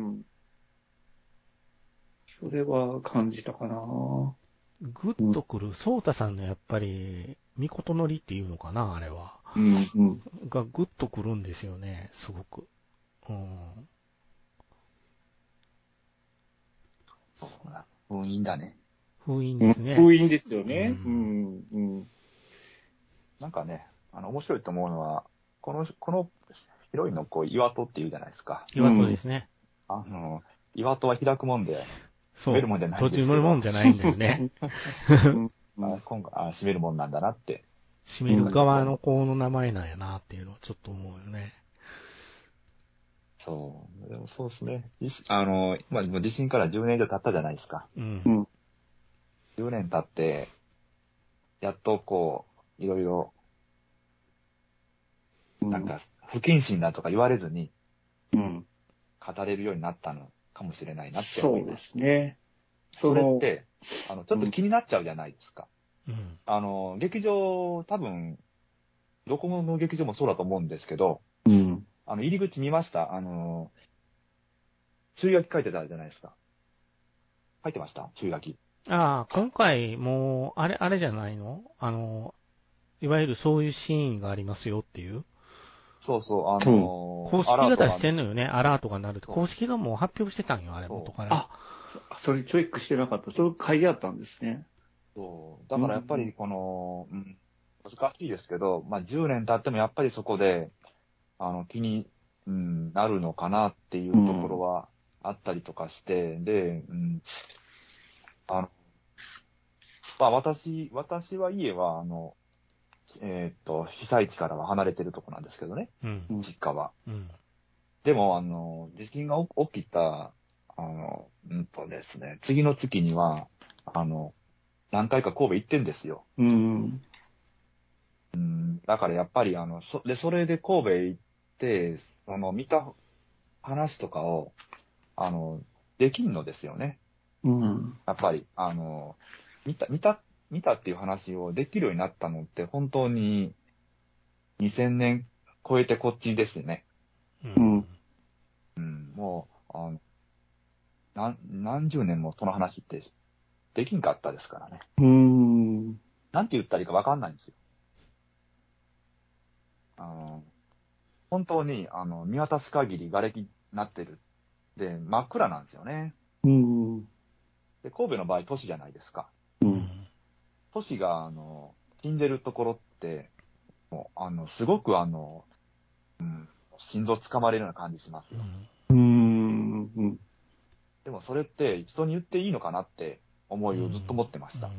それは感じたかな。 グッとくる、ソータさんのやっぱり、見事のりっていうのかな、あれは。がグッとくるんですよね、すごく。 そうだ。封印だね。 封印ですね。 封印ですよね。 なんかね、面白いと思うのは、このヒロインの岩戸っていうじゃないですか。 岩戸ですね。 岩戸は開くもんで、閉めるもんじゃないんですけど。 閉じるもんじゃないんだよね。 今回、閉めるもんなんだなって。 閉める側の子の名前なんやなっていうのはちょっと思うよね。 そう。でもそうですね。もう地震から10年以上経ったじゃないですか。10年経って、やっといろいろ、なんか、不謹慎だとか言われずに、語れるようになったのかもしれないなって思います。 そうですね。 それって、ちょっと気になっちゃうじゃないですか。劇場、多分、どこの劇場もそうだと思うんですけど、入り口見ました。注意書き書いてたじゃないですか。書いてました注意書き。 ああ、今回もう、あれじゃないのいわゆるそういうシーンがありますよっていう。 そうそう、 公式が出してんのよね、アラートが鳴るって。公式がもう発表してたんよ、あれ、元から。 それチェックしてなかった。それ書いてあったんですね。 そう。だからやっぱり難しいですけど、10年経ってもやっぱりそこで、気に、なるのかなっていうところはあったりとかして、で、私は家は、被災地からは離れてるとこなんですけどね、実家は。でも、地震が起きた、ですね、次の月には、何回か神戸行ってんですよ。だからやっぱりそれで神戸行って、見た話とかを、できんのですよね。やっぱり、見たっていう話をできるようになったのって、本当に2000年超えてこっちですね。もう、 何十年もその話ってできんかったですからね。なんて言ったらいいかわかんないんですよ。本当に、見渡す限り瓦礫になってる。で、真っ暗なんですよね。で、神戸の場合、都市じゃないですか。都市が、死んでるところって、もう、すごく、心臓つかまれるような感じしますよ。でも、それって、人に言っていいのかなって思いをずっと持ってました。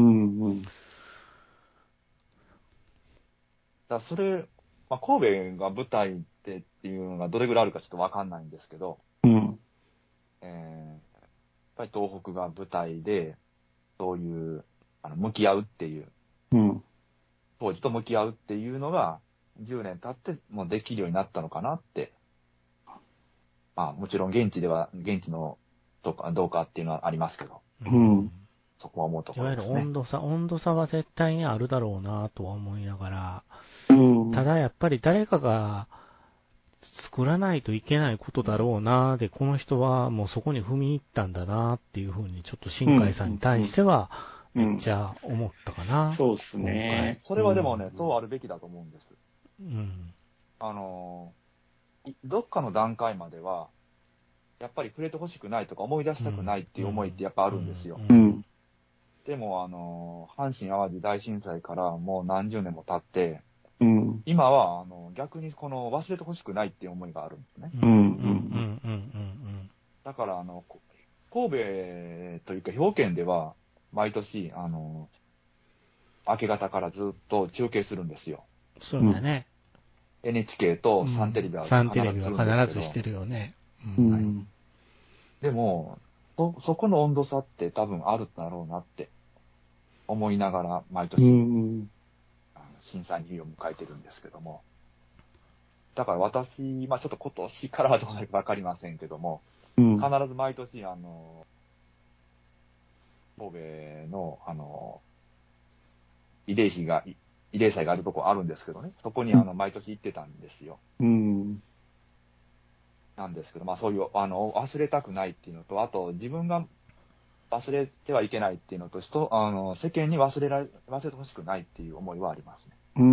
だそれ、まあ、神戸が舞台っていうのがどれぐらいあるかちょっとわかんないんですけど、やっぱり東北が舞台で、そういう、向き合うっていう、当時と向き合うっていうのが、10年経ってもうできるようになったのかなって。まあ、もちろん現地のどうかっていうのはありますけど、そこは思うところですね。 いわゆる温度差は絶対にあるだろうなとは思いながら、ただやっぱり誰かが作らないといけないことだろうなで、この人はもうそこに踏み入ったんだなっていうふうに、ちょっと新海さんに対しては、めっちゃ思ったかな。 そうですね。 それはでもね、そうあるべきだと思うんです。どっかの段階までは、やっぱり触れてほしくないとか思い出したくないっていう思いってやっぱあるんですよ。でも、阪神淡路大震災からもう何十年も経って、今は、逆に忘れてほしくないっていう思いがあるんですね。だから、神戸というか、兵庫県では、毎年、明け方からずっと中継するんですよ。 そうだね。 NHK とサンテレビはサンテレビは必ずしてるよね。 でも、そこの温度差って多分あるんだろうなって思いながら、毎年、震災の日を迎えてるんですけども。だから私、まあちょっと今年からはどうなるかわかりませんけども、必ず毎年、神戸の、慰霊祭があるとこあるんですけどね、そこに毎年行ってたんですよ。なんですけど、まあそういう、忘れたくないっていうのと、あと自分が忘れてはいけないっていうのと、世間に忘れてほしくないっていう思いはありますね。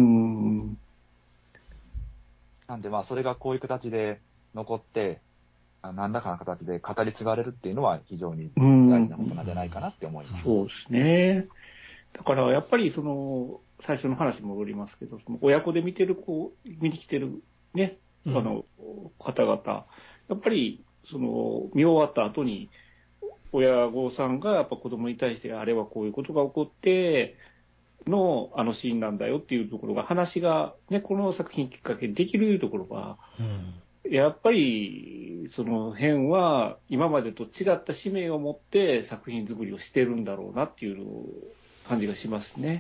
なんでまあそれがこういう形で残って、何らかの形で語り継がれるっていうのは非常に大事なことなんじゃないかなって思います。 そうですね。だからやっぱり最初の話に戻りますけど、親子で見に来てるね、方々、やっぱり見終わった後に、親御さんがやっぱ子供に対してあれはこういうことが起こってのシーンなんだよっていうところが、話がね、この作品きっかけにできるところが、やっぱりその辺は今までと違った使命を持って作品作りをしてるんだろうなっていう感じがしますね。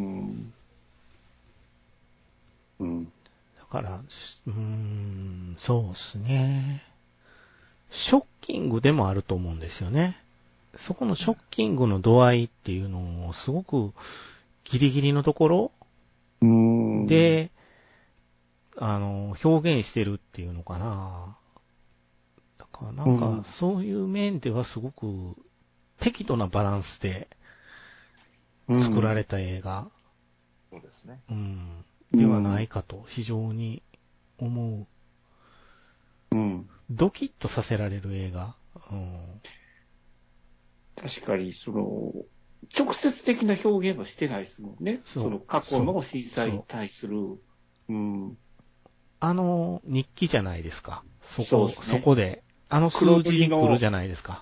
だから、そうですね。ショッキングでもあると思うんですよね。そこのショッキングの度合いっていうのをすごくギリギリのところで、表現してるっていうのかな。だからなんか、そういう面ではすごく適度なバランスで作られた映画。 そうですね。 ではないかと非常に思う。ドキッとさせられる映画。 確かに、直接的な表現はしてないですもんね。過去の震災に対する。 日記じゃないですか。そこで。数字に来るじゃないですか。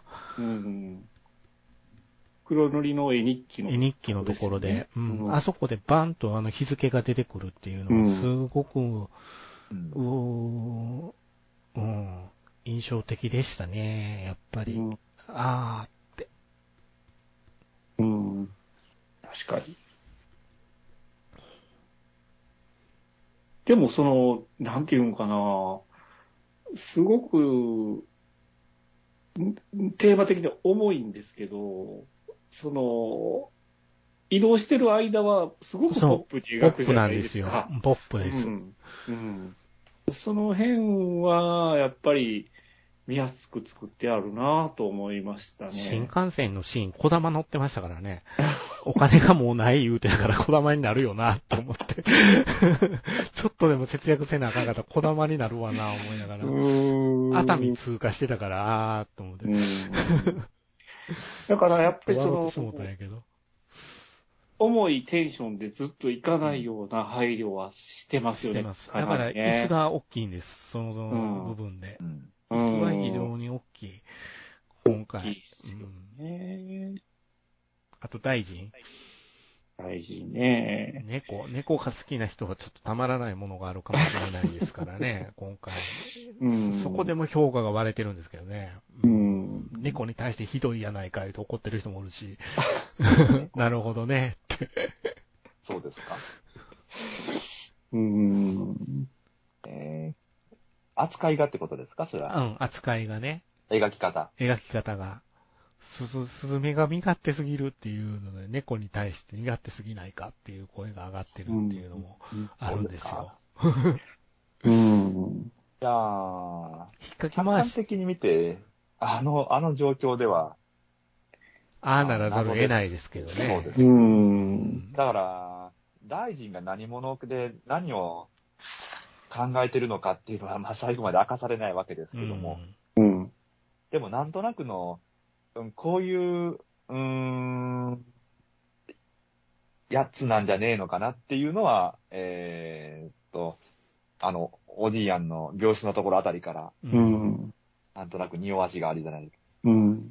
黒塗りの絵日記のところで。あそこでバンと日付が出てくるっていうのはすごく、印象的でしたね。やっぱり。あーって。 確かに。でもなんていうのかな、すごく、テーマ的に重いんですけど、移動してる間はすごくポップに描くじゃないですか。 ポップなんですよ。 その辺は、やっぱり、 見やすく作ってあるなぁと思いましたね。 新幹線のシーン、小玉乗ってましたからね。お金がもうない言うてだから小玉になるよなと思って。ちょっとでも節約せなあかんかったら小玉になるわな思いながら。熱海通過してたから、と思って。 だからやっぱり重いテンションでずっといかないような配慮はしてますよね。してます。 だから椅子が大きいんです。その部分で。椅子は非常に大きい。今回。いいですよね。あと大臣。 大臣ね。 猫が好きな人はちょっとたまらないものがあるかもしれないですからね、今回。そこでも評価が割れてるんですけどね。猫に対してひどいやないかいと怒ってる人もおるし。なるほどね。 そうですか。扱いがってことですかそれは。 扱いがね。 描き方が。スズメが身勝手すぎるっていうので、猫に対して身勝手すぎないかっていう声が上がってるっていうのもあるんですよ。 じゃあ、客観的に見て、あの状況では、 ああならざるを得ないですけどね。 そうです。だから、大臣が何者で何を考えてるのかっていうのは、まあ最後まで明かされないわけですけども。でもなんとなくの、こういう、やつなんじゃねえのかなっていうのは、おじいやんの病室のところあたりから、なんとなく匂わしがありじゃない。だ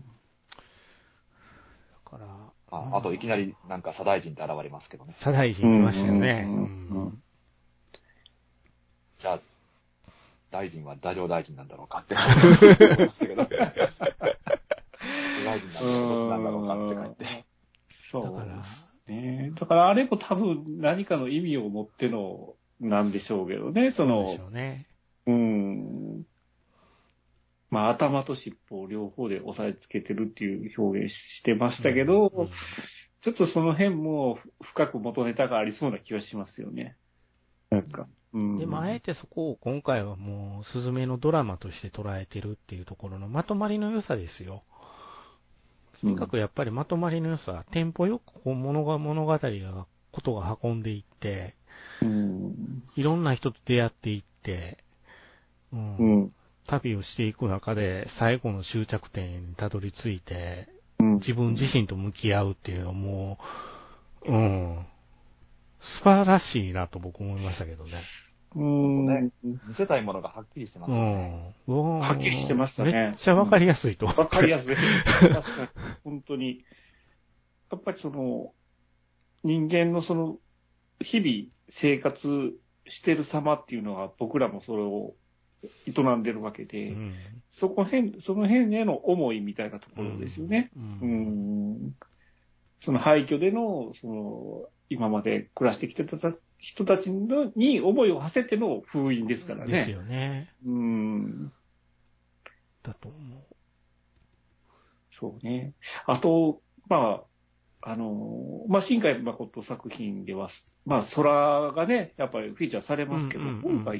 から、あといきなりなんか左大臣って現れますけどね。 左大臣来ましたよね。 じゃあ、大臣は太政大臣なんだろうかって思いますけど。大臣なんだろうどっちなんだろうかって書いて。 そうですね。だからあれも多分何かの意味を持ってのなんでしょうけどね。 そうでしょうね。 まあ頭と尻尾を両方で押さえつけてるっていう表現してましたけど、ちょっとその辺も深く元ネタがありそうな気はしますよね。なんか。 でもあえてそこを今回はもうスズメのドラマとして捉えてるっていうところのまとまりの良さですよ。とにかくやっぱりまとまりの良さ、テンポよくこう物語が、ことが運んでいって、いろんな人と出会っていって、旅をしていく中で最後の終着点にたどり着いて、自分自身と向き合うっていうのも、素晴らしいなと僕思いましたけどね。 見せたいものがはっきりしてますね。 はっきりしてましたね。 めっちゃわかりやすいと。 わかりやすい。確かに、本当に。やっぱり人間の日々生活してる様っていうのは僕らもそれを営んでるわけで、その辺への思いみたいなところですよね。その廃墟での、今まで暮らしてきてた人たちに思いを馳せての封印ですからね。 ですよね。だと思う。 そうね。あと、新海誠作品では、空がね、やっぱりフィーチャーされますけど、今回って、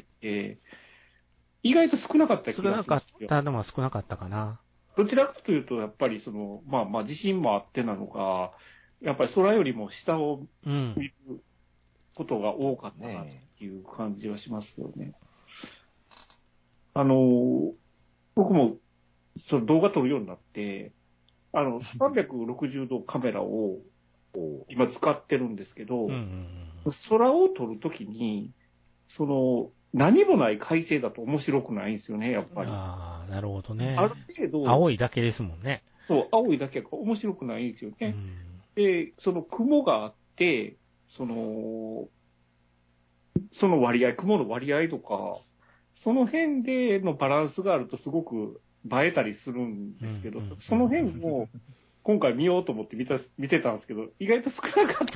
意外と少なかった気がするんですよ。 少なかったのは少なかったかな。 どちらかというと、やっぱり地震もあってなのか、やっぱり空よりも下を見ることが多かったなっていう感じはしますよね。僕も動画撮るようになって、360度カメラを今使ってるんですけど、空を撮るときに、何もない快晴だと面白くないんですよね、やっぱり。 ああ、なるほどね。 ある程度。 青いだけですもんね。 そう、青いだけが面白くないんですよね。で、雲があって、その割合、雲の割合とか、その辺でのバランスがあるとすごく映えたりするんですけど、その辺も今回見ようと思って見てたんですけど、意外と少なかった。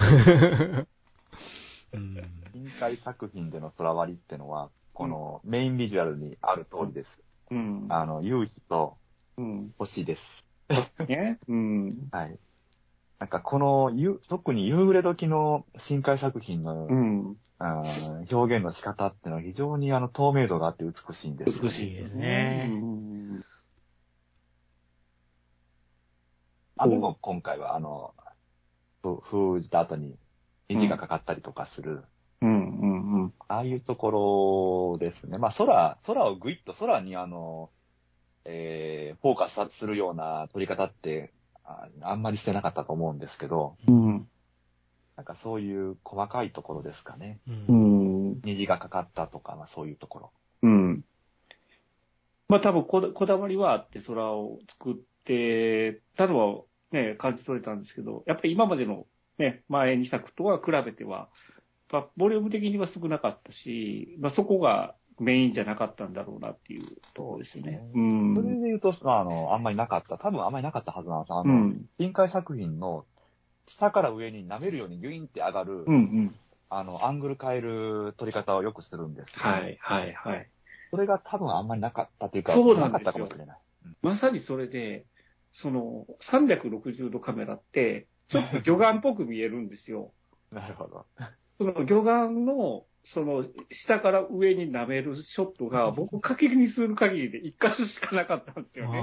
深海作品での空割りってのは、このメインビジュアルにある通りです。夕日と星です。 ね。 はい。なんか特に夕暮れ時の深海作品の、表現の仕方ってのは非常に透明度があって美しいんですよね。 美しいですね。 雨も今回は封じた後に虹がかかったりとかする。ああいうところですね。まあ空をぐいっと空にフォーカスするような撮り方ってあんまりしてなかったと思うんですけど、なんかそういう細かいところですかね。虹がかかったとか、まあそういうところ。 まあ多分こだわりはあって空を作ってたのはね、感じ取れたんですけど、やっぱり今までのね、前2作とは比べては、ボリューム的には少なかったし、まあそこがメインじゃなかったんだろうなっていうところですよね。 それで言うと、あんまりなかった。多分あんまりなかったはずなんです。深海作品の下から上に舐めるようにギュインって上がる、アングル変える撮り方をよくするんですけど、それが多分あんまりなかったというか、 そうなかったかもしれない。 まさにそれで、360度カメラって、ちょっと魚眼っぽく見えるんですよ。 なるほど。 その魚眼の、下から上に舐めるショットが、僕、限りにする限りで1箇所しかなかったんですよね。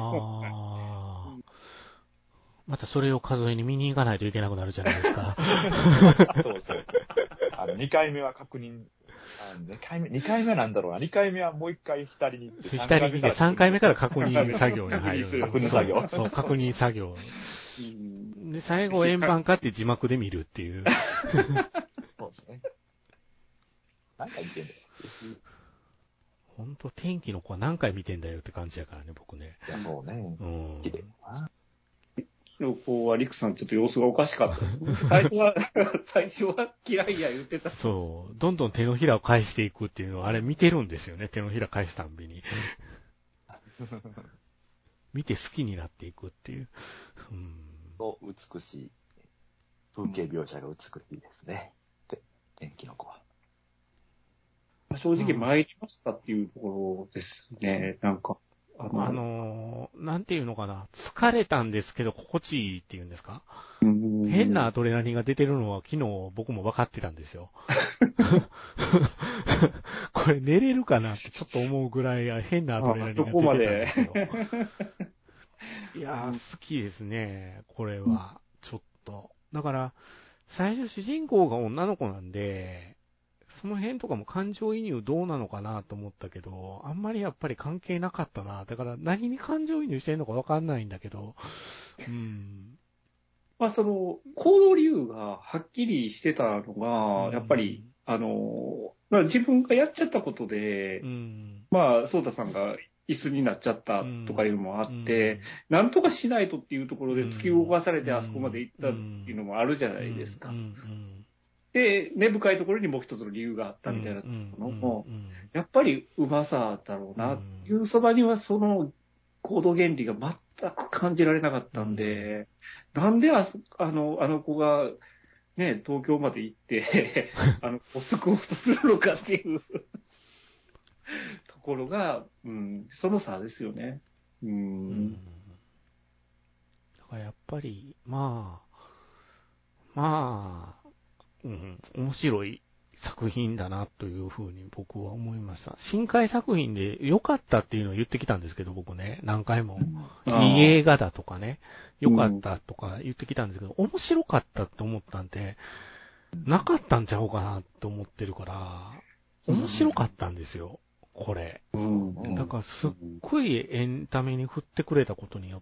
またそれを数えに見に行かないといけなくなるじゃないですか。 そう。2回目は確認。2回目なんだろうな。2回目はもう1回左に行って。 左に行って3回目から確認作業に入る。 確認作業。 そう、確認作業。で、最後円盤化って字幕で見るっていう。 そうですね。何回見てんだよ。 ほんと天気の子は何回見てんだよって感じやからね、僕ね。 いや、そうね。綺麗だな。 の子はリクさんちょっと様子がおかしかった。最初は嫌いや言ってた。 そう。どんどん手のひらを返していくっていうのをあれ見てるんですよね。手のひら返すたんびに。見て好きになっていくっていう。 美しい。風景描写が美しいですね。天気の子は。 正直参りましたっていうところですね。なんか。 なんていうのかな。疲れたんですけど、心地いいっていうんですか？変なアドレナリンが出てるのは昨日僕も分かってたんですよ。これ寝れるかなってちょっと思うぐらい変なアドレナリンが出てたんですよ。いやー、好きですね。これは。ちょっと。だから、最初主人公が女の子なんで、その辺とかも感情移入どうなのかなと思ったけど、あんまりやっぱり関係なかったな。だから何に感情移入してるのかわかんないんだけど、 まあ行動理由がはっきりしてたのが、やっぱり、まあ自分がやっちゃったことで、まあ、ソータさんが椅子になっちゃったとかいうのもあって、なんとかしないとっていうところで突き動かされてあそこまで行ったっていうのもあるじゃないですか。で、根深いところにもう一つの理由があったみたいなのも、やっぱりうまさだろうなっていうそばにはその行動原理が全く感じられなかったんで、なんであの子がね、東京まで行って、救おうとするのかっていうところが、その差ですよね。 だからやっぱり、まあ、面白い作品だなというふうに僕は思いました。深海作品で良かったっていうのを言ってきたんですけど、僕ね、何回も。いい映画だとかね、良かったとか言ってきたんですけど、面白かったって思ったんで、なかったんちゃうかなと思ってるから、面白かったんですよ、これ。だからすっごいエンタメに振ってくれたことによって、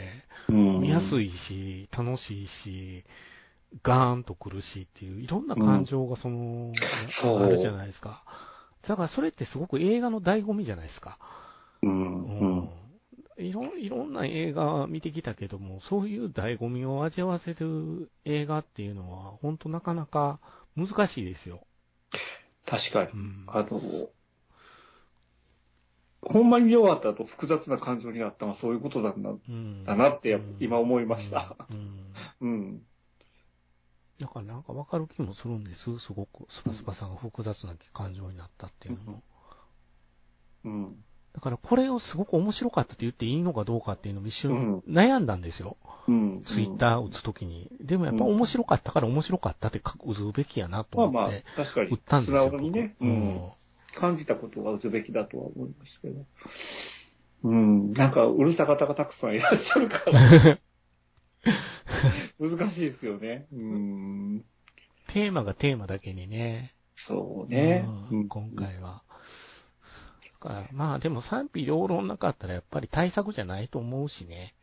見やすいし、楽しいし、ガーンと来るしっていう、いろんな感情があるじゃないですか。だからそれってすごく映画の醍醐味じゃないですか。いろんな映画見てきたけども、そういう醍醐味を味わわせる映画っていうのは、本当なかなか難しいですよ。 確かに。ほんまに見終わった後複雑な感情になったのはそういうことだなって今思いました。 だからなんかわかる気もするんです。すごくスパスパさんが複雑な感情になったっていうのも。だからこれをすごく面白かったって言っていいのかどうかっていうのも一瞬悩んだんですよ。ツイッター打つときに。でもやっぱ面白かったから面白かったって打つべきやなと思って打ったんですよ。 素直にね、感じたことは打つべきだとは思いますけど。なんかうるさ方がたくさんいらっしゃるから。 難しいですよね。 テーマがテーマだけにね。 そうね。 今回は。だからまあでも賛否両論なかったらやっぱり対策じゃないと思うしね。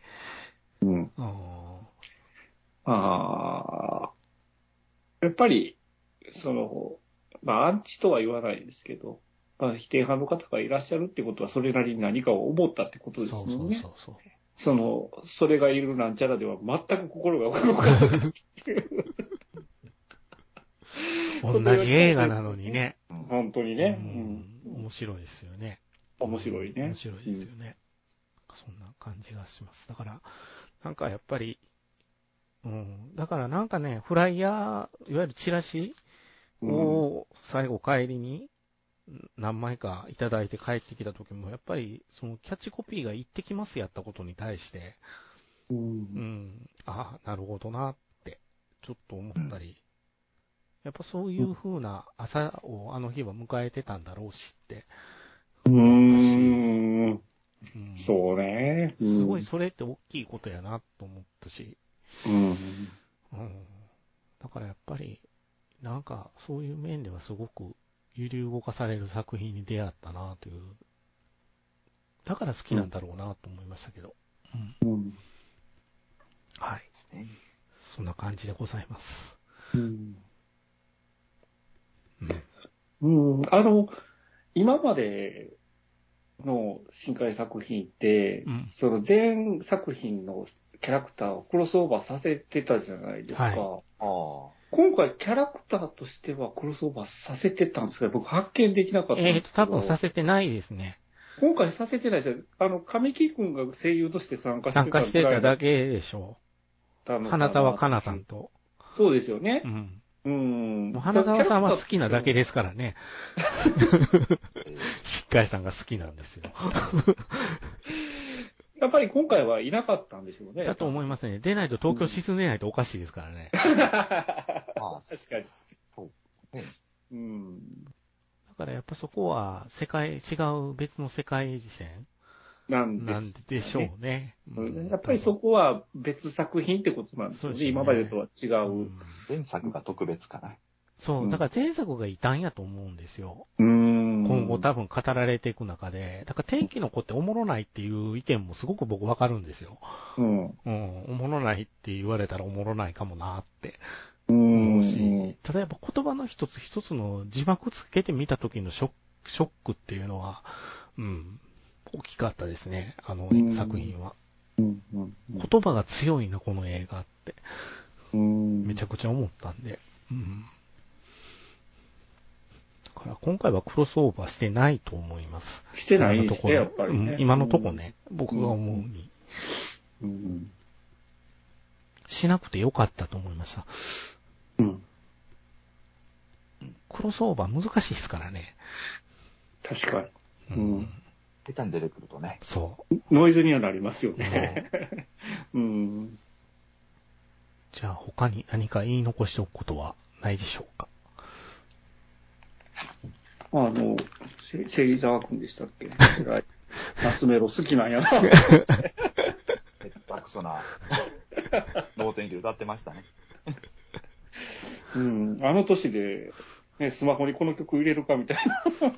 やっぱり、まあアンチとは言わないですけど、まあ否定派の方がいらっしゃるってことはそれなりに何かを思ったってことですもんね。それがいるなんちゃらでは全く心が動かなかったっていう。 同じ映画なのにね。 本当にね。 面白いですよね。 面白いね。 面白いですよね。そんな感じがします。だから、なんかやっぱり、だからなんかね、フライヤー、いわゆるチラシを最後帰りに何枚かいただいて帰ってきた時も、やっぱりそのキャッチコピーが行ってきますやったことに対して、なるほどなってちょっと思ったり、やっぱそういう風な朝をあの日は迎えてたんだろうしって思ったし、 そうね。 すごいそれって大きいことやなと思ったし、だからやっぱりなんかそういう面ではすごく揺り動かされる作品に出会ったなという、だから好きなんだろうなと思いましたけど、はい、そんな感じでございます。 今までの深海作品って、その全作品のキャラクターをクロスオーバーさせてたじゃないですか。今回キャラクターとしてはクロスオーバーさせてたんですけど、僕発見できなかったんですけど。 多分させてないですね。 今回させてないですよ。神木くんが声優として参加してただけでしょう。花澤香菜さんと。 そうですよね。 花澤さんは好きなだけですからね。しっかりさんが好きなんですよ。 やっぱり今回はいなかったんでしょうね。 だと思いますね。出ないと東京沈んでないとおかしいですからね。 確かに。 だからやっぱそこは違う別の世界線なんでしょうね。 やっぱりそこは別作品ってことなんですよね。今までとは違う。 前作が特別かな。 そう、だから前作が異端やと思うんですよ。今後多分語られていく中で、だから天気の子っておもろないっていう意見もすごく僕わかるんですよ。おもろないって言われたらおもろないかもなって思うし、ただやっぱ言葉の一つ一つの字幕つけてみた時のショックっていうのは、大きかったですね、あの作品は。言葉が強いな、この映画って。めちゃくちゃ思ったんで。だから今回はクロスオーバーしてないと思います。 してないですね、やっぱりね。 今のとこね、僕が思うに。しなくてよかったと思いました。クロスオーバー難しいですからね。 確かに。下手に出てくるとね。 そう。 ノイズにはなりますよね。 じゃあ他に何か言い残しておくことはないでしょうか。 芹沢くんでしたっけ夏メロ好きなんやな。 バクソな、脳天気歌ってましたね。 あの年で、ね、スマホにこの曲入れるかみたいな。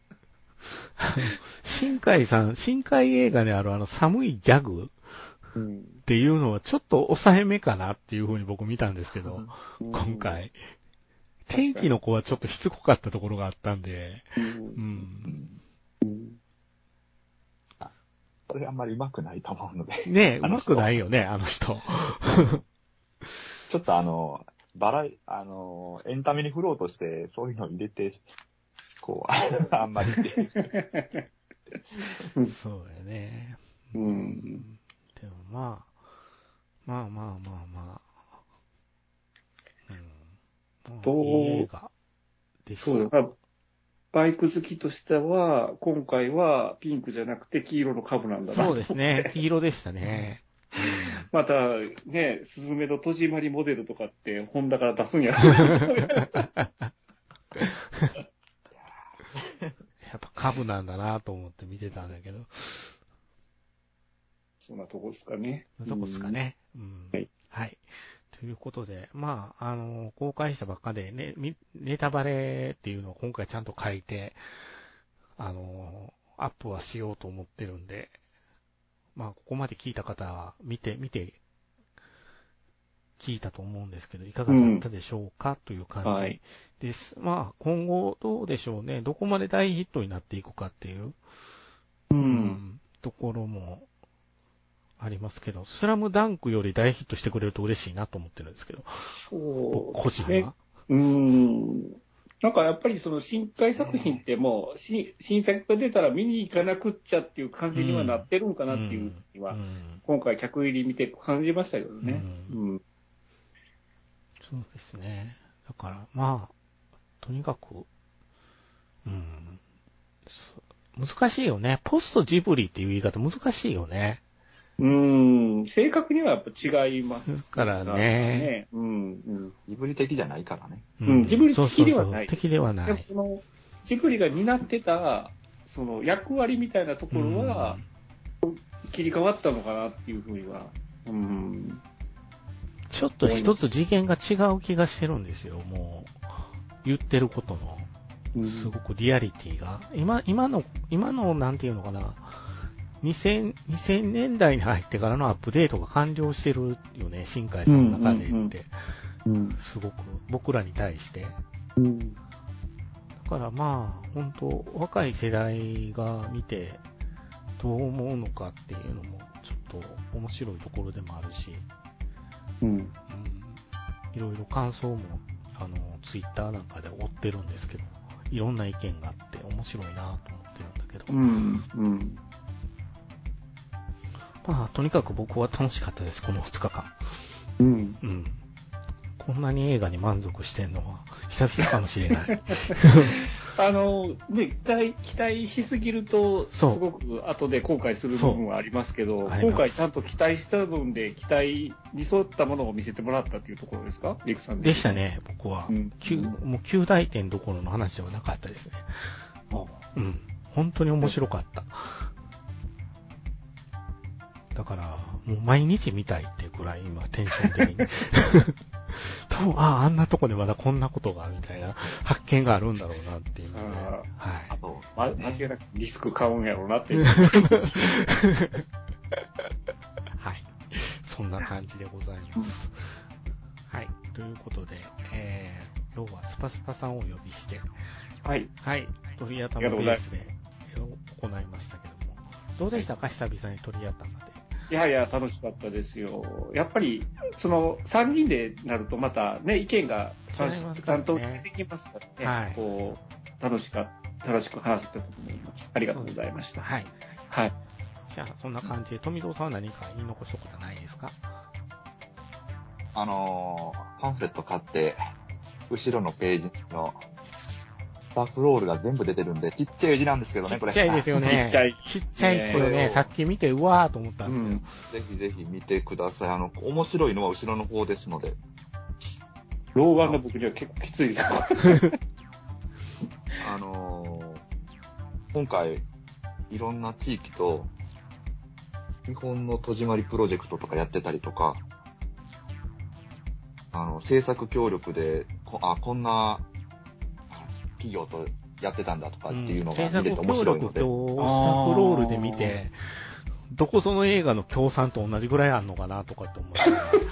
新海映画である寒いギャグっていうのはちょっと抑えめかなっていう風に僕見たんですけど、今回。天気の子はちょっとしつこかったところがあったんで、 これあんまり上手くないと思うので。 ねえ、上手くないよね、あの人。 ちょっとエンタメに振ろうとして、そういうのを入れて、あんまりって。 そうやね。でもまあ。いい映画でした。 そうだ、バイク好きとしては、今回はピンクじゃなくて黄色の株なんだな。 そうですね。黄色でしたね。 また、ね、スズメの戸締まりモデルとかって、ホンダから出すんやろ。 やっぱ株なんだなと思って見てたんだけど。 そんなとこですかね。 そんなとこですかね。 はい。ということで、まあ、公開したばっかでね、ネタバレっていうのを今回ちゃんと書いて、アップはしようと思ってるんで、まあ、ここまで聞いた方は見て、聞いたと思うんですけど、いかがだったでしょうか、という感じです。まあ、今後どうでしょうね。どこまで大ヒットになっていくかっていう、ところもありますけど、スラムダンクより大ヒットしてくれると嬉しいなと思ってるんですけど、 そう個人は。 なんかやっぱりその新海作品ってもう、新作が出たら見に行かなくっちゃっていう感じにはなってるんかなっていうには、今回客入り見て感じましたけどね。 そうですね。だからまあ、とにかく、難しいよね。ポストジブリっていう言い方難しいよね。 正確にはやっぱ違いますからね。 ジブリ的じゃないからね。 ジブリ的ではない。 的ではない。 でもその、ジブリが担ってた、その役割みたいなところは、切り替わったのかなっていうふうには。 ちょっと一つ次元が違う気がしてるんですよ、もう。言ってることの。すごくリアリティが。今の、なんていうのかな。2000年代に入ってからのアップデートが完了してるよね、新海さんの中でって。すごく、僕らに対して。だからまあ、本当若い世代が見て、どう思うのかっていうのも、ちょっと面白いところでもあるし、いろいろ感想も、ツイッターなんかで追ってるんですけど、いろんな意見があって面白いなと思ってるんだけど、まあ、とにかく僕は楽しかったです、この2日間。こんなに映画に満足してんのは久々かもしれない。 期待しすぎると、すごく後で後悔する部分はありますけど、今回ちゃんと期待した分で期待に沿ったものを見せてもらったっていうところですか、リクさんでしたね、僕は。もう9大点どころの話ではなかったですね。本当に面白かった。だから、もう毎日見たいっていうくらい今テンション的に。多分、あんなとこでまだこんなことが、みたいな発見があるんだろうなっていうので。 あと、間違いなくリスク買うんやろうなっていう。 はい。そんな感じでございます。はい。ということで、今日はスパスパさんをお呼びして、はい。鳥頭ベースで行いましたけども、どうでしたか、久々に鳥頭で。 いやいや、楽しかったですよ。やっぱり、その、3人でなるとまたね、意見がちゃんと出てきますからね、こう、楽しく話せたと思います。ありがとうございました。 はい。じゃあ、そんな感じで、富蔵さんは何か言い残すことはないですか？ パンフレット買って、後ろのページの、スタッフロールが全部出てるんで、ちっちゃい字なんですけどね、これ。 ちっちゃいですよね。ちっちゃいですよね。さっき見て、うわーと思ったんですよ。ぜひぜひ見てください。面白いのは後ろの方ですので。 老眼の僕には結構きついです。 今回、いろんな地域と、日本の戸締まりプロジェクトとかやってたりとか、制作協力で、こんな企業とやってたんだとかっていうのが見れて面白いので。 制作協力とスタッフロールで見て、どこその映画の協賛と同じぐらいあんのかなとかって思って。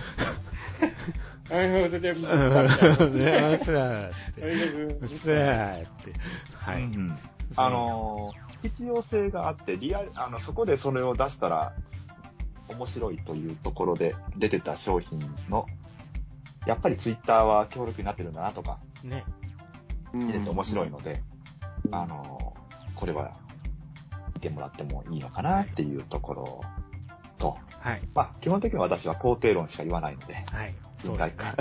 はい。 必要性があって、そこでそれを出したら面白いというところで出てた商品の、やっぱりツイッターは協力になってるんだなとか、 ね。 見れて面白いので、これは見てもらってもいいのかなっていうところと、まあ、基本的には私は肯定論しか言わないので、 そうですね。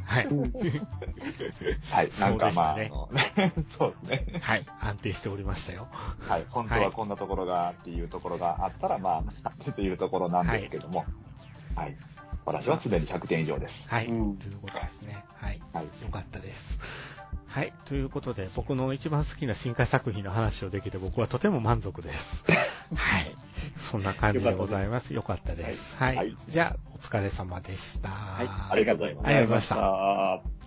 なんかまあ、そうですね。 安定しておりましたよ。 本当はこんなところがっていうところがあったら、まあ、っていうところなんですけども、私は常に100点以上です。 ということですね。よかったです。ということで、僕の一番好きな新海作品の話をできて僕はとても満足です。 そんな感じでございます。よかったです。はい。じゃあ、お疲れ様でした。 はい。ありがとうございました。 ありがとうございました。